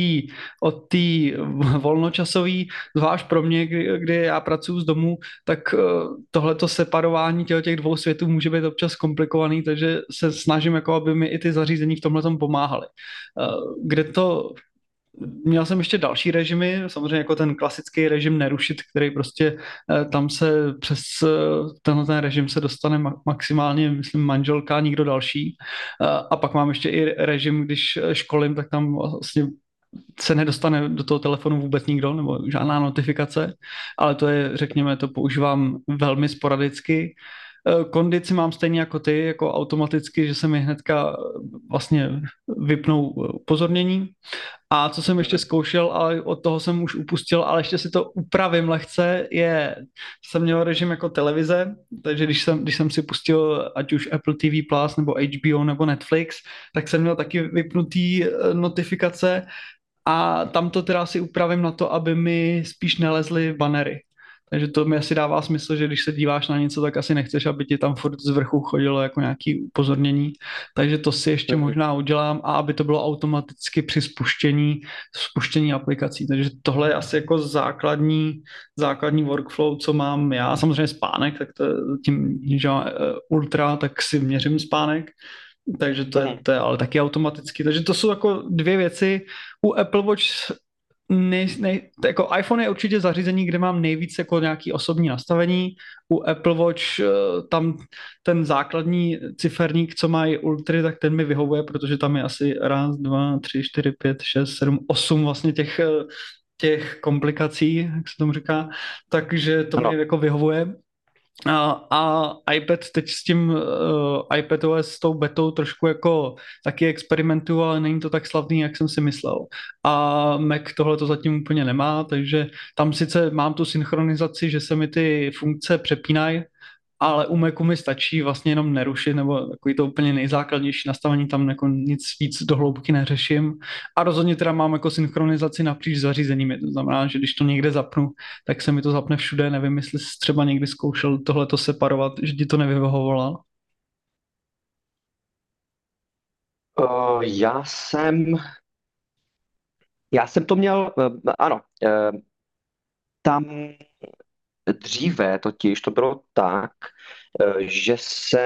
od té volnočasové, zvlášť pro mě, kdy já pracuji z domu, tak tohleto separování těch dvou světů může být občas komplikovaný, takže se snažím, jako aby mi i ty zařízení v tomhle tom pomáhaly. Kde to Měl jsem ještě další režimy, samozřejmě jako ten klasický režim nerušit, který prostě tam se přes tenhle ten režim se dostane maximálně, myslím, manželka, nikdo další. A pak mám ještě i režim, když školím, tak tam vlastně se nedostane do toho telefonu vůbec nikdo, nebo žádná notifikace, ale to je, řekněme, to používám velmi sporadicky. Kondici mám stejně jako ty, jako automaticky, že se mi hnedka vlastně vypnou upozornění. A co jsem ještě zkoušel, ale od toho jsem už upustil, ale ještě si to upravím lehce, jsem měl režim jako televize, takže když jsem si pustil ať už Apple TV Plus, nebo HBO, nebo Netflix, tak jsem měl taky vypnutý notifikace a tam to teda si upravím na to, aby mi spíš nelezly bannery. Takže to mi asi dává smysl, že když se díváš na něco, tak asi nechceš, aby ti tam furt z vrchu chodilo jako nějaké upozornění. Takže to si ještě možná udělám a aby to bylo automaticky při spuštění aplikací. Takže tohle je asi jako základní workflow, co mám já. Samozřejmě spánek, tak tím, že mám ultra, tak si měřím spánek. Takže to je ale taky automaticky. Takže to jsou jako dvě věci. U Apple Watch jako iPhone je určitě zařízení, kde mám nejvíc jako nějaký osobní nastavení. U Apple Watch tam ten základní ciferník, co mají Ultra, tak ten mi vyhovuje, protože tam je asi 1, 2, 3, 4, 5, 6, 7, 8 vlastně těch komplikací, jak se tomu říká, takže to mi jako vyhovuje. A iPad teď s tím iPadOS s tou betou trošku jako taky experimentuju, ale není to tak slavný, jak jsem si myslel. A Mac tohle to zatím úplně nemá, takže tam sice mám tu synchronizaci, že se mi ty funkce přepínají, ale u Macu mi stačí vlastně jenom nerušit, nebo takový to úplně nejzákladnější nastavení, tam jako nic víc do hloubky neřeším. A rozhodně teda mám jako synchronizaci napříč zařízeními, to znamená, že když to někde zapnu, tak se mi to zapne všude, nevím, jestli jsi třeba někdy zkoušel tohleto separovat, že ti to nevyhovovalo. Já jsem to měl, ano, tam dříve totiž to bylo tak, že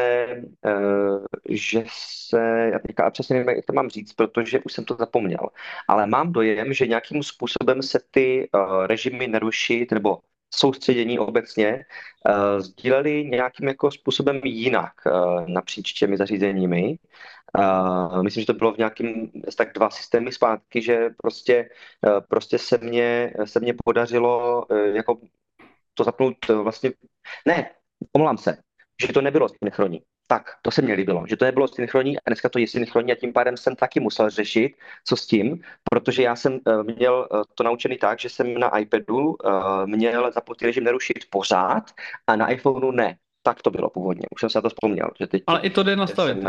já teďka přesně nevím, jak to mám říct, protože už jsem to zapomněl, ale mám dojem, že nějakým způsobem se ty režimy nerušit nebo soustředění obecně sdíleli nějakým jako způsobem jinak napříč těmi zařízeními. Myslím, že to bylo v nějakým tak 2 systémy zpátky, že prostě se mně podařilo jako to zapnout vlastně, ne, omlouvám se, že to nebylo synchronní. Tak, to se mně líbilo, že to nebylo synchronní a dneska to je synchronní a tím pádem jsem taky musel řešit, co s tím, protože já jsem měl to naučený tak, že jsem na iPadu měl zapnutý režim nerušit pořád a na iPhoneu ne. Tak to bylo původně, už jsem se na to vzpomněl. Že teď Ale i to jde nastavit.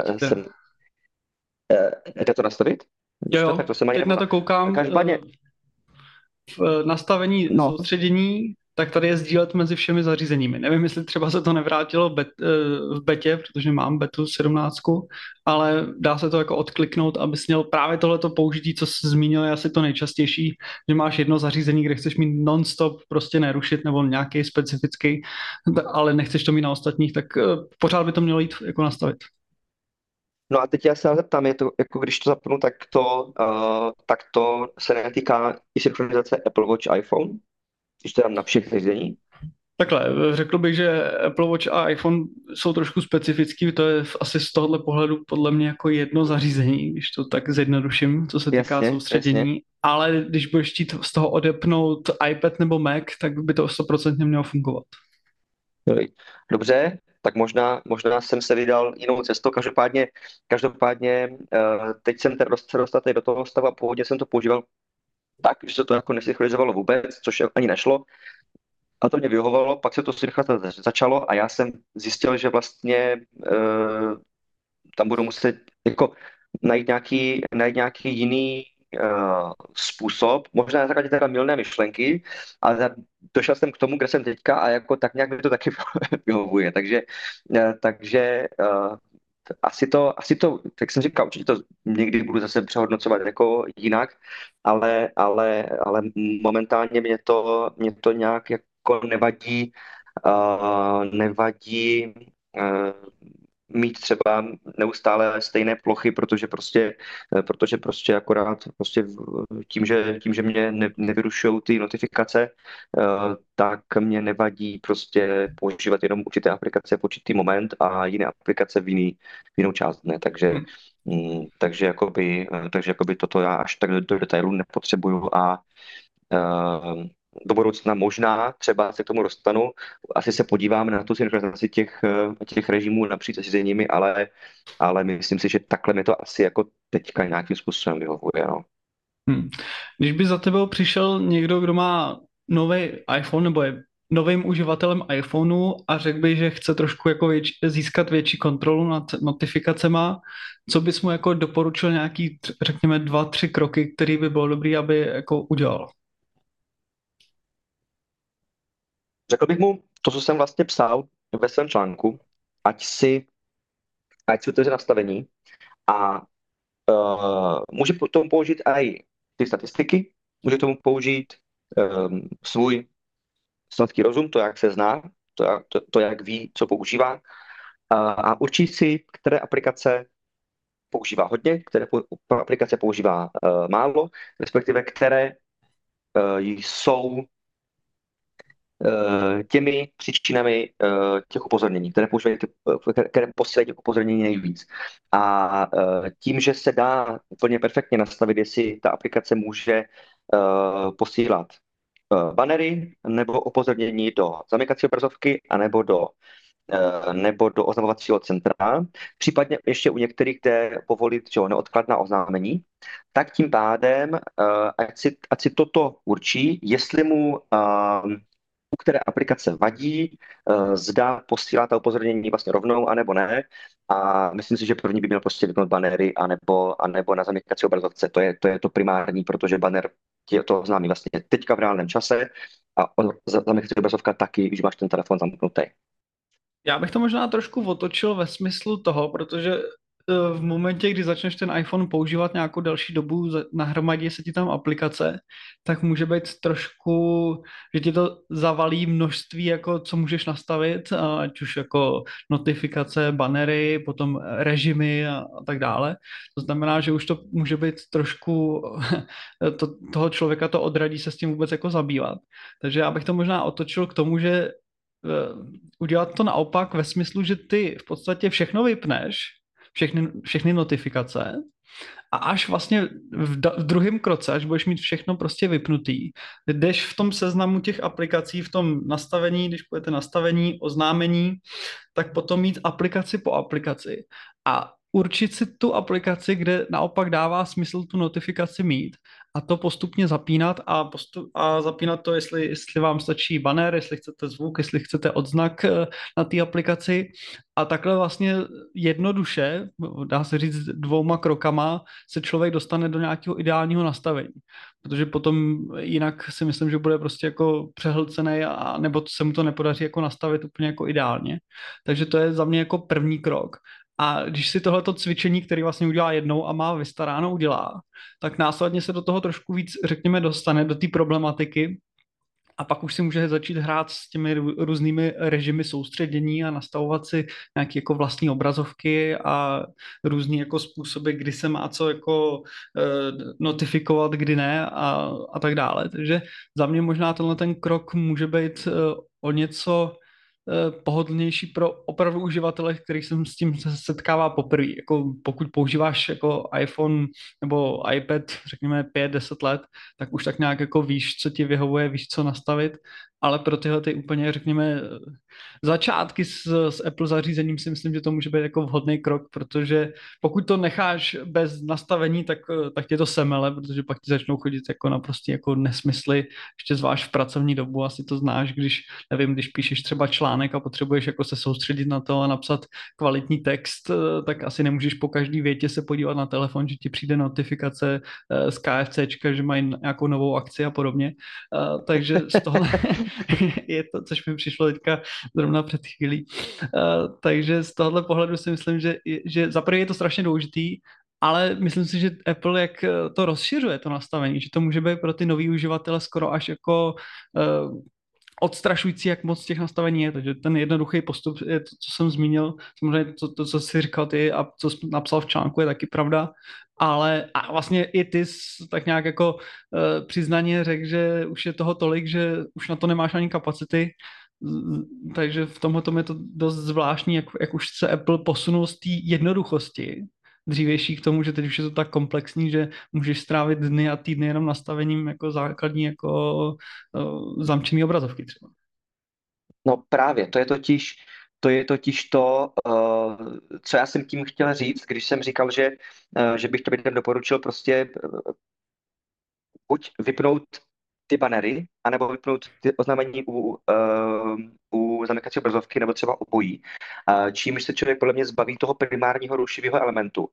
Jde to nastavit? Jo, tak to jsem teď na to koukám. Každopádně V nastavení soustředění tak tady je sdílet mezi všemi zařízeními. Nevím, jestli třeba se to nevrátilo v betě, protože mám betu 17, ale dá se to jako odkliknout, abys měl právě tohleto použití, co jsi zmínil, je asi to nejčastější, že máš jedno zařízení, kde chceš mít non-stop prostě nerušit nebo nějaký specifický, ale nechceš to mít na ostatních, tak pořád by to mělo jít jako nastavit. No a teď já se zeptám, je to, jako když to zapnu, tak to se netýká i synchronizace Apple Watch iPhone, když to dám na všech zařízení. Takhle, řekl bych, že Apple Watch a iPhone jsou trošku specifický, to je asi z tohohle pohledu podle mě jako jedno zařízení, když to tak zjednoduším, co se týká Jasně, jasně. soustředění, ale když budeš chtít z toho odepnout iPad nebo Mac, tak by to 100% mělo fungovat. Dobře, tak možná jsem se vydal jinou cestou. Každopádně teď jsem se dostal tady do toho stavu a původně jsem to používal tak, že se to jako nesynchronizovalo vůbec, což ani nešlo. A to mě vyhovovalo, pak se to synchronizovat začalo a já jsem zjistil, že vlastně tam budu muset jako najít nějaký jiný způsob, možná na základě teda mylné myšlenky, ale došel jsem k tomu, kde jsem teďka a jako tak nějak mi to taky vyhovuje. Takže asi to, jak jsem říkal, určitě to někdy budu zase přehodnocovat jako jinak, ale momentálně mě to nějak jako nevadí mít třeba neustále stejné plochy, protože prostě akorát prostě tím, že mě nevyrušují ty notifikace, tak mě nevadí prostě používat jenom určité aplikace v určitý moment a jiné aplikace v jinou část dne. Takže Hm. takže jakoby toto já až tak do detailu nepotřebuju a do budoucna možná třeba se k tomu dostanu. Asi se podívám na tu synchronizaci těch režimů napříč zařízeními, ale myslím si, že takhle mi to asi jako teďka nějakým způsobem vyhovuje. No. Hm. Když by za tebou přišel někdo, kdo má nový iPhone nebo je novým uživatelem iPhoneu a řekl by, že chce trošku jako získat větší kontrolu nad notifikacema, co bys mu jako doporučil nějaký, řekněme, 2, 3 kroky, který by bylo dobrý, aby jako udělal? Řekl bych mu to, co jsem vlastně psal ve svém článku, ať si otevře nastavení a může k tomu použít i ty statistiky, může k tomu použít svůj selský rozum, to, jak se zná, to jak ví, co používá, a určí si, které aplikace používá hodně, které aplikace používá málo, respektive které jsou těmi příčinami těch upozornění, které posílají těch upozornění nejvíc. A tím, že se dá úplně perfektně nastavit, jestli ta aplikace může posílat bannery nebo upozornění do zamykací obrazovky nebo do oznamovacího centra, případně ještě u některých jde povolit neodkladná oznámení, tak tím pádem, ať si toto určí, jestli mu u které aplikace vadí, zda posílá ta upozornění vlastně rovnou, anebo ne. A myslím si, že první by měl prostě vypnout banery, anebo na zamykací obrazovce. To je to primární, protože banner ti to oznámí vlastně teďka v reálném čase a zamykací obrazovka taky, když máš ten telefon zamknutý. Já bych to možná trošku otočil ve smyslu toho, protože v momentě, kdy začneš ten iPhone používat nějakou delší dobu, nahromadí se ti tam aplikace, tak může být trošku, že ti to zavalí množství, jako co můžeš nastavit, ať už jako notifikace, bannery, potom režimy a tak dále. To znamená, že už to může být trošku, toho člověka to odradí se s tím vůbec jako zabývat. Takže já bych to možná otočil k tomu, že udělat to naopak ve smyslu, že ty v podstatě všechno vypneš, všechny notifikace a až vlastně v druhém kroce, až budeš mít všechno prostě vypnutý, jdeš v tom seznamu těch aplikací, v tom nastavení, když budete nastavení, oznámení, tak potom mít aplikaci po aplikaci a určit si tu aplikaci, kde naopak dává smysl tu notifikaci mít a to postupně zapínat a zapínat to, jestli vám stačí banner, jestli chcete zvuk, jestli chcete odznak na té aplikaci a takhle vlastně jednoduše, dá se říct dvouma krokama, se člověk dostane do nějakého ideálního nastavení. Protože potom jinak si myslím, že bude prostě jako přehlcený a nebo se mu to nepodaří jako nastavit úplně jako ideálně. Takže to je za mě jako první krok. A když si tohleto cvičení, který vlastně udělá jednou a má vystaráno, udělá, tak následně se do toho trošku víc, řekněme, dostane do té problematiky a pak už si může začít hrát s těmi různými režimy soustředění a nastavovat si nějaké jako vlastní obrazovky a různý jako způsoby, kdy se má co jako notifikovat, kdy ne a tak dále. Takže za mě možná tenhle ten krok může být o něco pohodlnější pro opravdu uživatele, který jsem s tím se setkává poprvé. Jako pokud používáš jako iPhone nebo iPad, řekněme 5-10 let, tak už tak nějak jako víš, co ti vyhovuje, víš, co nastavit, ale pro tyhle ty úplně, řekněme, začátky s Apple zařízením si myslím, že to může být jako vhodný krok, protože pokud to necháš bez nastavení, tak tě to semele, protože pak ti začnou chodit jako naprosto jako nesmysly, ještě zvlášť v pracovní dobu, asi to znáš, když, nevím, když píšeš třeba článek a potřebuješ jako se soustředit na to a napsat kvalitní text, tak asi nemůžeš po každý větě se podívat na telefon, že ti přijde notifikace z KFCčka, že mají nějakou novou akci a podobně. Takže z toho je to, což mi přišlo teďka zrovna před chvílí. Takže z tohohle pohledu si myslím, že za prvé je to strašně důležitý, ale myslím si, že Apple, jak to rozšiřuje, to nastavení, že to může být pro ty nový uživatele skoro až jako odstrašující, jak moc těch nastavení je. Takže ten jednoduchý postup je to, co jsem zmínil. Samozřejmě to co jsi říkal ty a co jsi napsal v článku, je taky pravda. Ale a vlastně i ty jsi tak nějak jako přiznaně řekl, že už je toho tolik, že už na to nemáš ani kapacity. Takže v tomhle tom je to dost zvláštní, jak už se Apple posunul z té jednoduchosti dřívější k tomu, že teď už je to tak komplexní, že můžeš strávit dny a týdny jenom nastavením jako základní jako zamčený obrazovky třeba. No právě, to je totiž to, co já jsem tím chtěl říct, když jsem říkal, že bych to lidem doporučil prostě buď vypnout ty banery, anebo vypnout ty oznámení u zamykací obrazovky, nebo třeba obojí, čímž se člověk podle mě zbaví toho primárního rušivého elementu,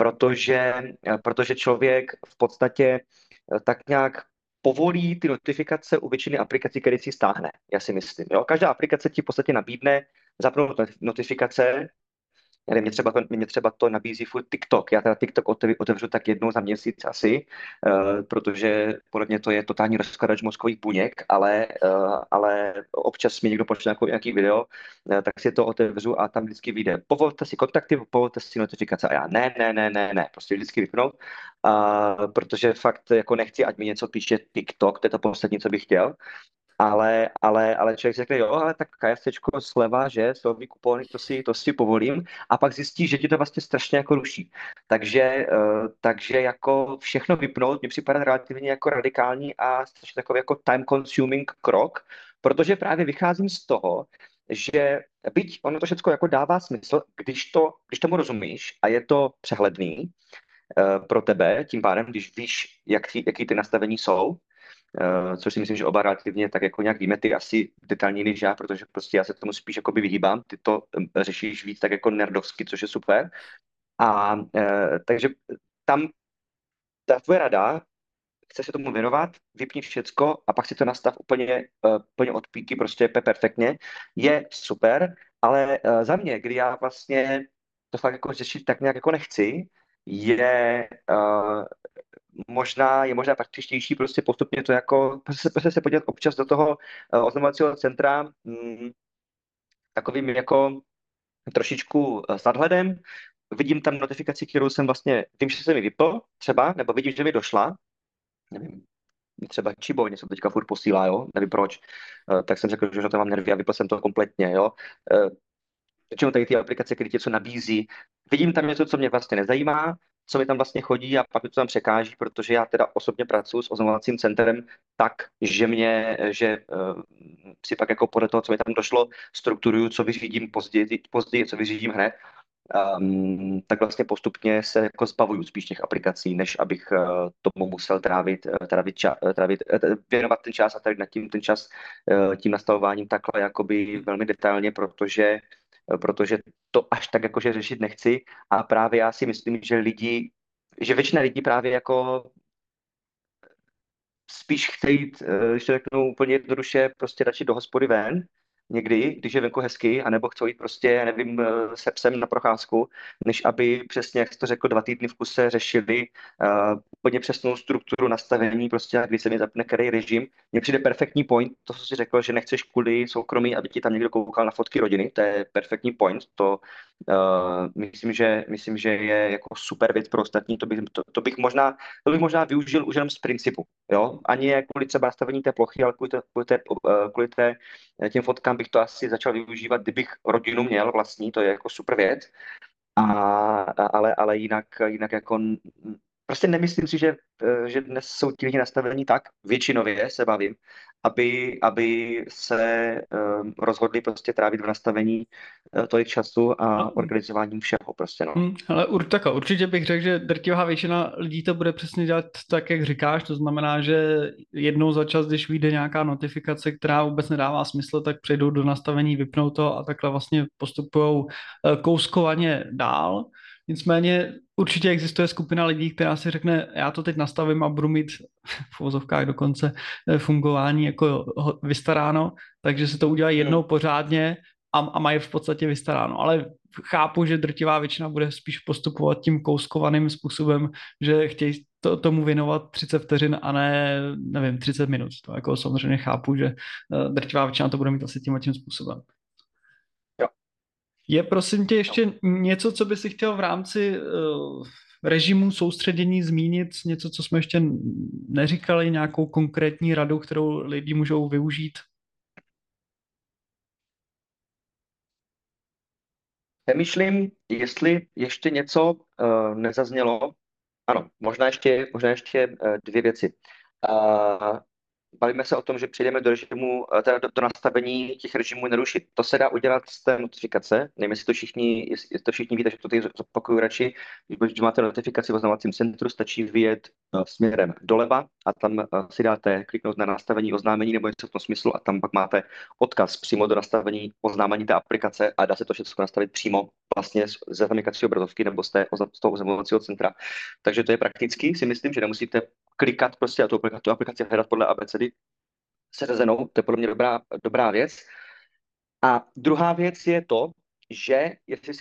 protože člověk v podstatě tak nějak povolí ty notifikace u většiny aplikací, které si stáhne, já si myslím. Jo? Každá aplikace ti v podstatě nabídne zapnout notifikace. Nevím, mě třeba to nabízí furt TikTok. Já teda TikTok otevřu tak jednou za měsíc asi, protože podle mě to je totální rozkladač mozkových buněk, ale občas mi někdo pošle nějaký video, tak si to otevřu a tam vždycky vyjde. Povolte si kontakty, povolte si notifikace. A já ne, prostě vždycky vypnout, protože fakt jako nechci, ať mi něco píše TikTok, to je to poslední, co bych chtěl. Ale člověk si řekne, jo, ale tak KFCčko sleva, že, slovní kupony, to si povolím a pak zjistí, že ti to vlastně strašně jako ruší. Takže jako všechno vypnout mi připadá relativně jako radikální a strašně takový jako time consuming krok, protože právě vycházím z toho, že byť ono to všechno jako dává smysl, když tomu rozumíš a je to přehledný pro tebe, tím pádem, když víš, jaký ty nastavení jsou, což si myslím, že oba relativně tak jako nějak víme, ty asi detailněji než já, protože prostě já se tomu spíš jakoby vyhýbám, ty to řešíš víc tak jako nerdovsky, což je super. Takže tam ta tvoje rada, chce se tomu věnovat, vypni všecko a pak si to nastav úplně od píky, prostě perfektně, je super, ale za mě, kdy já vlastně to fakt jako řešit tak nějak jako nechci, je možná praktičtější prostě postupně to jako, prostě se podívat občas do toho oznamovacího centra takovým jako trošičku s nadhledem. Vidím tam notifikaci, kterou jsem vlastně, vím, že se mi vypl třeba, nebo vidím, že mi došla, nevím, třeba Chibo něco teďka furt posílá, jo, nevím proč, tak jsem řekl, že na to mám nervy a vypl jsem to kompletně, jo. Většinou tady ty aplikace, které ti něco nabízí, vidím tam něco, co mě vlastně nezajímá, co mi tam vlastně chodí a pak mi to tam překáží, protože já teda osobně pracuji s oznamovacím centrem tak, že si pak jako podle toho, co mi tam došlo, strukturuju, co vyřídím později, co vyřídím hned. tak vlastně postupně se jako zbavuju spíš těch aplikací, než abych tomu musel věnovat ten čas a tady nad tím ten čas tím nastavováním takhle jakoby velmi detailně, protože to až tak jakože řešit nechci a právě já si myslím, že většina lidí právě jako spíš chtějí, když to řeknu úplně jednoduše, prostě radši do hospody ven, někdy, když je venku hezky, anebo chcou jít prostě, já nevím, se psem na procházku, než aby přesně, jak jsi to řekl, 2 týdny v kuse řešili úplně přesnou strukturu nastavení, prostě, kdy se mi zapne který režim. Mně přijde perfektní point, to, co jsi řekl, že nechceš kvůli soukromí, aby ti tam někdo koukal na fotky rodiny, to je perfektní point, to myslím, že je jako super věc pro ostatní, to bych možná využil už jenom z principu. Jo? Ani ne kvůli třeba nastavení té plochy, ale těm fotkám bych to asi začal využívat, kdybych rodinu měl vlastní, to je jako super věc. Ale jinak jako prostě nemyslím si, že dnes jsou ti lidi nastavení tak, většinově se bavím, aby se rozhodli prostě trávit v nastavení tolik času a organizováním všeho prostě, no. Ale určitě bych řekl, že drtivá většina lidí to bude přesně dělat tak, jak říkáš. To znamená, že jednou za čas, když vyjde nějaká notifikace, která vůbec nedává smysl, tak přejdou do nastavení, vypnou to a takhle vlastně postupují kouskovaně dál. Nicméně určitě existuje skupina lidí, která si řekne, já to teď nastavím a budu mít v uvozovkách dokonce fungování jako vystaráno, takže se to udělá jednou pořádně a mají v podstatě vystaráno. Ale chápu, že drtivá většina bude spíš postupovat tím kouskovaným způsobem, že chtějí tomu věnovat 30 vteřin a ne, nevím, 30 minut. To jako samozřejmě chápu, že drtivá většina to bude mít asi tím způsobem. Jo. Je prosím tě ještě něco, co by si chtěl v rámci režimu soustředění zmínit, něco, co jsme ještě neříkali, nějakou konkrétní radu, kterou lidi můžou využít? Přemýšlím, jestli ještě něco nezaznělo. Ano, možná ještě 2 věci. Bavíme se o tom, že přijdeme do režimu, teda do nastavení těch režimů nerušit. To se dá udělat z té notifikace. Nevím, jestli to všichni víte, že to tady zopakuju radši. Když máte notifikaci v oznamovacím centru, stačí vyjet směrem doleva a tam si dáte kliknout na nastavení oznámení nebo něco v tom smyslu a tam pak máte odkaz přímo do nastavení oznámení té aplikace a dá se to všechno nastavit přímo vlastně z zamykací obrazovky nebo z toho oznamovacího centra. Takže to je praktický, si myslím, že nemusíte klikat prostě a tu aplikaci hledat podle abecedy seřazenou, to je podle mě dobrá věc. A druhá věc je to, že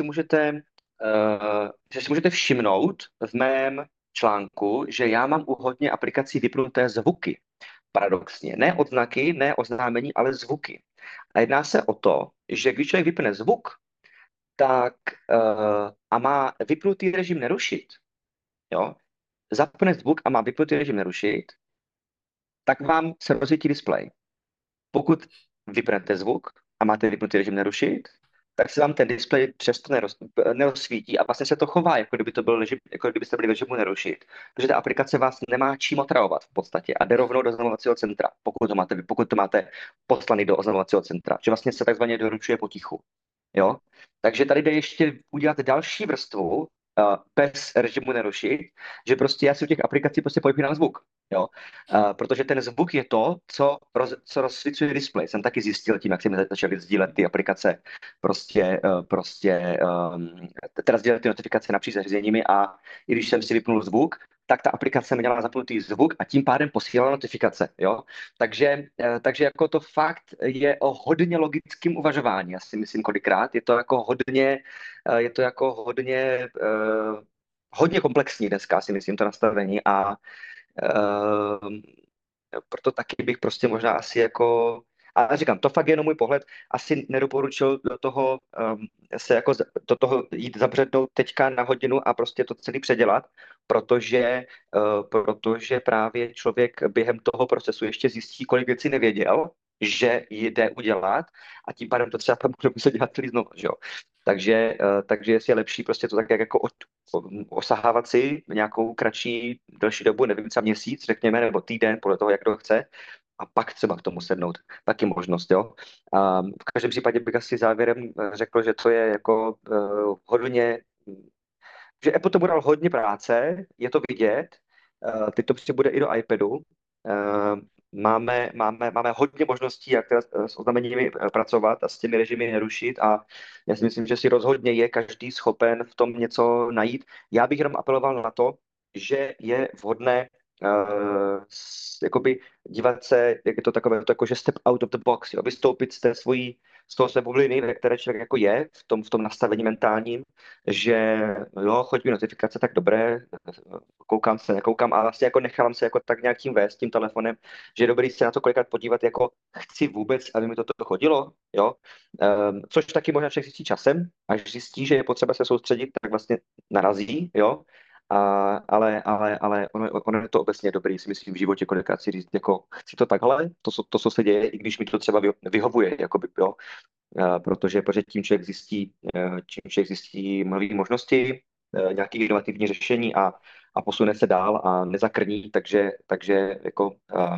jestli si můžete všimnout v mém článku, že já mám u hodně aplikací vypnuté zvuky. Paradoxně. Ne odznaky, ne oznámení, ale zvuky. A jedná se o to, že když člověk vypne zvuk, tak a má vypnutý režim nerušit, jo, zapne zvuk a má vypnutý režim nerušit, tak vám se rozsvítí displej. Pokud vypnete zvuk a máte vypnutý režim nerušit, tak se vám ten displej přesto nerozsvítí a vlastně se to chová, jako kdybyste byli v režimu nerušit. Protože ta aplikace vás nemá čím otravovat v podstatě a jde rovnou do oznamovacího centra, pokud to máte poslaný do oznamovacího centra, že vlastně se takzvaně doručuje potichu. Jo? Takže tady jde ještě udělat další vrstvu bez režimu nerušit, že prostě já si u těch aplikací prostě povypínám zvuk. Jo? Protože ten zvuk je to, co rozsvícuje displej. Jsem taky zjistil tím, jak jsem začali sdílet ty aplikace, teda sdílet ty notifikace napříč zařízeními a i když jsem si vypnul zvuk, tak ta aplikace měla zapnutý zvuk a tím pádem posílala notifikace. Jo? Takže jako to fakt je o hodně logickém uvažování, já si myslím kolikrát. Je to jako hodně komplexní dneska, si myslím, to nastavení a proto taky bych prostě možná asi jako, ale říkám, to fakt je jenom můj pohled, asi nedoporučil do toho jít zabřednout teďka na hodinu a prostě to celý předělat, protože právě člověk během toho procesu ještě zjistí, kolik věcí nevěděl, že jde udělat a tím pádem to třeba pak bude muset dělat celý znovu, že jo. Takže je lepší prostě to tak jako osahávat si nějakou delší dobu, nevím, třeba měsíc, řekněme, nebo týden, podle toho, jak kdo chce, a pak třeba k tomu sednout. Taky možnost, jo. A v každém případě bych asi závěrem řekl, že to je jako hodně, že Apple tomu dal hodně práce, je to vidět, teď to prostě bude i do iPadu. Máme hodně možností, jak teda s oznámeními pracovat a s těmi režimy nerušit a já si myslím, že si rozhodně je každý schopen v tom něco najít. Já bych jenom apeloval na to, že je vhodné jakoby dívat se, jak je to takové, to jako, že step out of the box, jo, vystoupit z toho své bubliny, ve které člověk jako je, v tom nastavení mentálním, že jo, chodí mi notifikace, tak dobré, koukám se, nekoukám a vlastně jako nechám se jako tak nějak tím vést tím telefonem, že je dobrý se na to kolikrát podívat, jako chci vůbec, aby mi toto chodilo, jo, což taky možná člověk zjistí časem, až zjistí, že je potřeba se soustředit, tak vlastně narazí, jo, ale ono je to obecně dobrý, si myslím, v životě kolikrát si říct, jako chci to takhle, to, co se děje, i když mi to třeba vyhovuje, jakoby, jo, protože čím člověk zjistí nové možnosti, nějaké inovativní řešení a posune se dál a nezakrní, takže jako,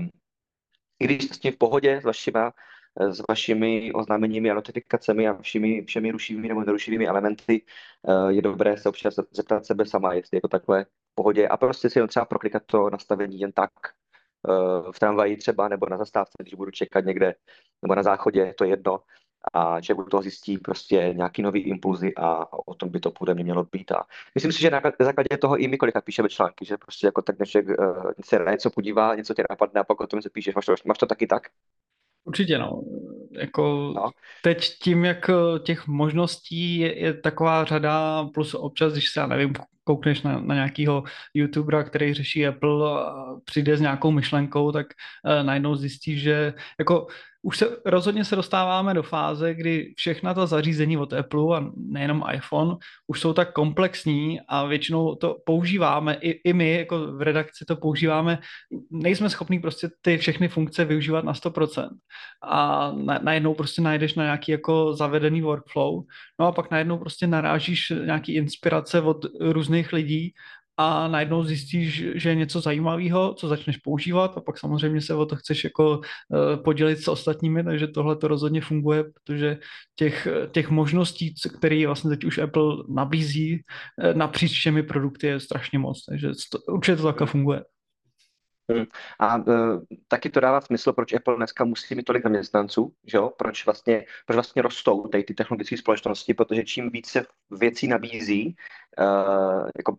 i když jste s tím v pohodě s vašimi oznámeními a notifikacemi a všemi rušivými nebo nerušivými elementy, je dobré se občas zeptat sebe sama, jestli je to takhle v pohodě a prostě si jenom třeba proklikat to nastavení jen tak v tramvaji třeba nebo na zastávce, když budu čekat někde nebo na záchodě, to je jedno, a člověk u toho zjistí prostě nějaký nový impulzy a o tom by to podle mě mělo být. A myslím si, že na základě toho i my kolikrát píšeme články, že prostě jako tak člověk se na něco podívá, něco tě napadne a pak o tom se píšeš. Máš to taky tak? Určitě, no. Jako No. teď tím, jak těch možností je taková řada, plus občas, když se, já nevím, koukneš na nějakého YouTubera, který řeší Apple a přijde s nějakou myšlenkou, tak najednou zjistíš, že jako už rozhodně se dostáváme do fáze, kdy všechna ta zařízení od Apple a nejenom iPhone už jsou tak komplexní a většinou to používáme, i my jako v redakci to používáme, nejsme schopní prostě ty všechny funkce využívat na 100% a najednou prostě najdeš na nějaký jako zavedený workflow, no a pak najednou prostě narážíš nějaký inspirace od různých lidí a najednou zjistíš, že je něco zajímavého, co začneš používat a pak samozřejmě se o to chceš jako podělit s ostatními, takže tohle to rozhodně funguje, protože těch možností, které vlastně teď už Apple nabízí napříč všemi produkty je strašně moc, takže určitě to takhle funguje. Hmm. A taky to dává smysl, proč Apple dneska musí mít tolik zaměstnanců, že jo? Proč vlastně rostou tady ty technologické společnosti, protože čím více věcí nabízí, jako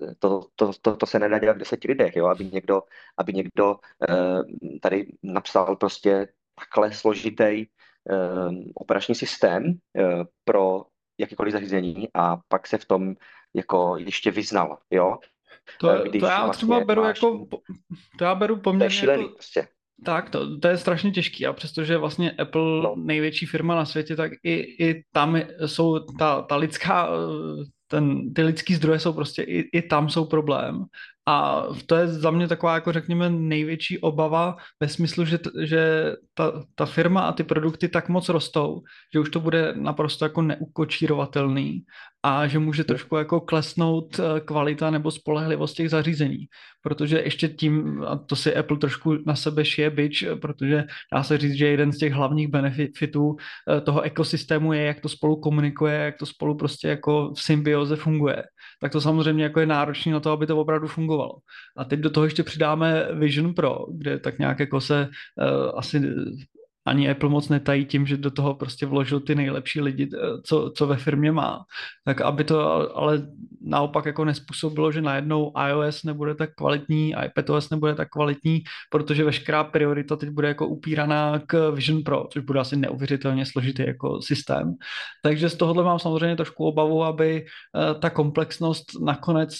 to se nedá dělat v 10 lidech, jo? Aby někdo tady napsal prostě takhle složitý operační systém pro jakékoliv zařízení a pak se v tom jako ještě vyznal, jo? To Když já třeba vlastně beru máš, jako, to já beru to je poměrně šílený jako prostě. tak, to je strašně těžký a přestože vlastně Apple No. největší firma na světě, tak i tam jsou ta lidská, ty lidský zdroje jsou prostě, i tam jsou problém. A to je za mě taková, jako řekněme, největší obava ve smyslu, že ta firma a ty produkty tak moc rostou, že už to bude naprosto jako neukočírovatelný a že může trošku jako klesnout kvalita nebo spolehlivost těch zařízení. Protože ještě tím, a to si Apple trošku na sebe šije bič, protože dá se říct, že jeden z těch hlavních benefitů toho ekosystému je, jak to spolu komunikuje, jak to spolu prostě jako v symbioze funguje. Tak to samozřejmě jako je náročné na to, aby to opravdu fungovalo. A teď do toho ještě přidáme Vision Pro, kde tak nějak jako se asi ani Apple moc netají tím, že do toho prostě vložil ty nejlepší lidi, co ve firmě má. Tak aby to ale naopak jako nespůsobilo, že najednou iOS nebude tak kvalitní, iPadOS nebude tak kvalitní, protože veškerá priorita teď bude jako upíraná k Vision Pro, což bude asi neuvěřitelně složitý jako systém. Takže z tohohle mám samozřejmě trošku obavu, aby ta komplexnost nakonec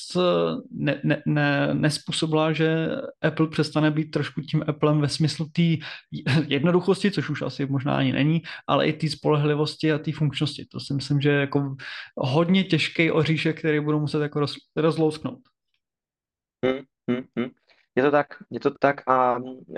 nespůsobila, že Apple přestane být trošku tím Applem ve smyslu té jednoduchosti, což už asi možná ani není, ale i té spolehlivosti a té funkčnosti. To si myslím, že je jako hodně těžký oříšek, který budou muset jako rozlousknout. Hmm. Je to tak a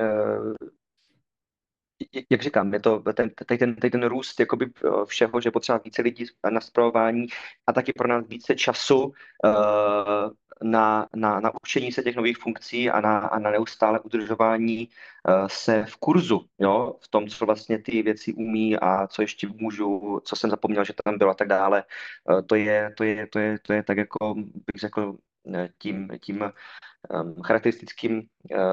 jak říkám, je to ten růst jakoby všeho, že potřeba více lidí na spravování a taky pro nás více času na učení se těch nových funkcí a na neustále udržování se v kurzu, jo, v tom, co vlastně ty věci umí a co ještě můžu, co jsem zapomněl, že tam bylo a tak dále. To je tak jako, bych řekl, tím charakteristickým,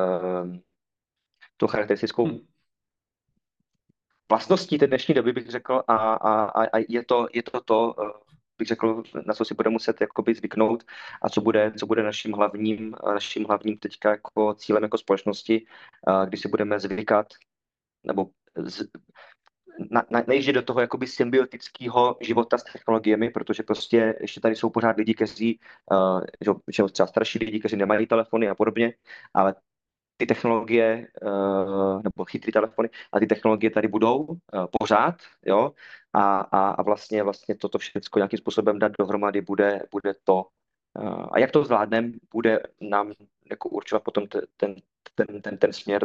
tou charakteristickou Hm. vlastností té dnešní doby, bych řekl, a bych řekl, na co si bude muset jakoby zvyknout a co bude naším hlavním teďka jako cílem jako společnosti, když si budeme zvykat nebo z, nejíždět do toho jakoby symbiotického života s technologiemi, protože prostě ještě tady jsou pořád lidi, kteří, že třeba starší lidi, kteří nemají telefony a podobně, ale ty technologie, nebo chytrý telefony, a ty technologie tady budou pořád, jo, a vlastně toto všechno nějakým způsobem dát dohromady bude to. A jak to zvládneme, bude nám jako určovat potom ten směr,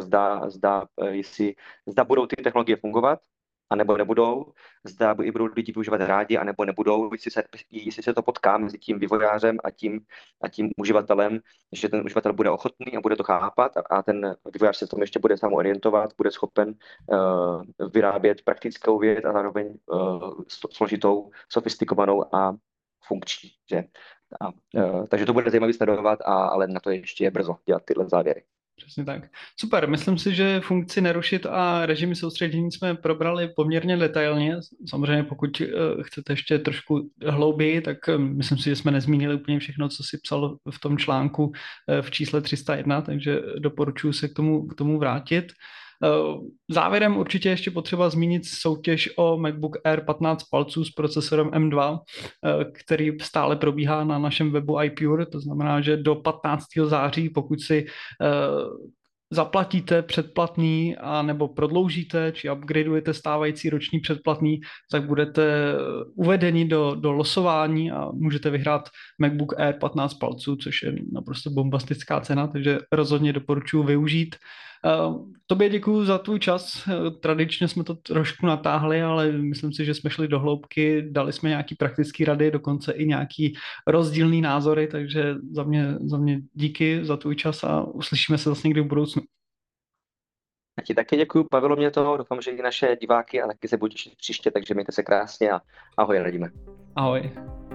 zda budou ty technologie fungovat, anebo nebudou, zda i budou lidi využívat rádi, anebo nebudou, jestli se to potká mezi tím vývojářem a tím uživatelem, že ten uživatel bude ochotný a bude to chápat a ten vývojář se v tom ještě bude sám orientovat, bude schopen vyrábět praktickou věc a zároveň složitou, sofistikovanou a funkční. Že? Takže to bude zajímavý sledovat, ale na to ještě je brzo dělat tyhle závěry. Přesně tak. Super, myslím si, že funkci nerušit a režimy soustředění jsme probrali poměrně detailně. Samozřejmě pokud chcete ještě trošku hlouběji, tak myslím si, že jsme nezmínili úplně všechno, co si psal v tom článku v čísle 301, takže doporučuji se k tomu vrátit. Závěrem určitě ještě potřeba zmínit soutěž o MacBook Air 15 palců s procesorem M2, který stále probíhá na našem webu iPure, to znamená, že do 15. září, pokud si zaplatíte předplatný a nebo prodloužíte či upgradeujete stávající roční předplatný, tak budete uvedeni do losování a můžete vyhrát MacBook Air 15 palců, což je naprosto bombastická cena, takže rozhodně doporučuji využít. Tobě děkuji za tvůj čas. Tradičně jsme to trošku natáhli, ale myslím si, že jsme šli do hloubky, dali jsme nějaký praktický rady, dokonce i nějaký rozdílný názory, takže za mě díky za tvůj čas a uslyšíme se zase někdy v budoucnu. Já ti taky děkuji, bavilo mě to, doufám, že i naše diváky a taky se budu těšit příště, takže mějte se krásně a ahoj, radíme. Ahoj.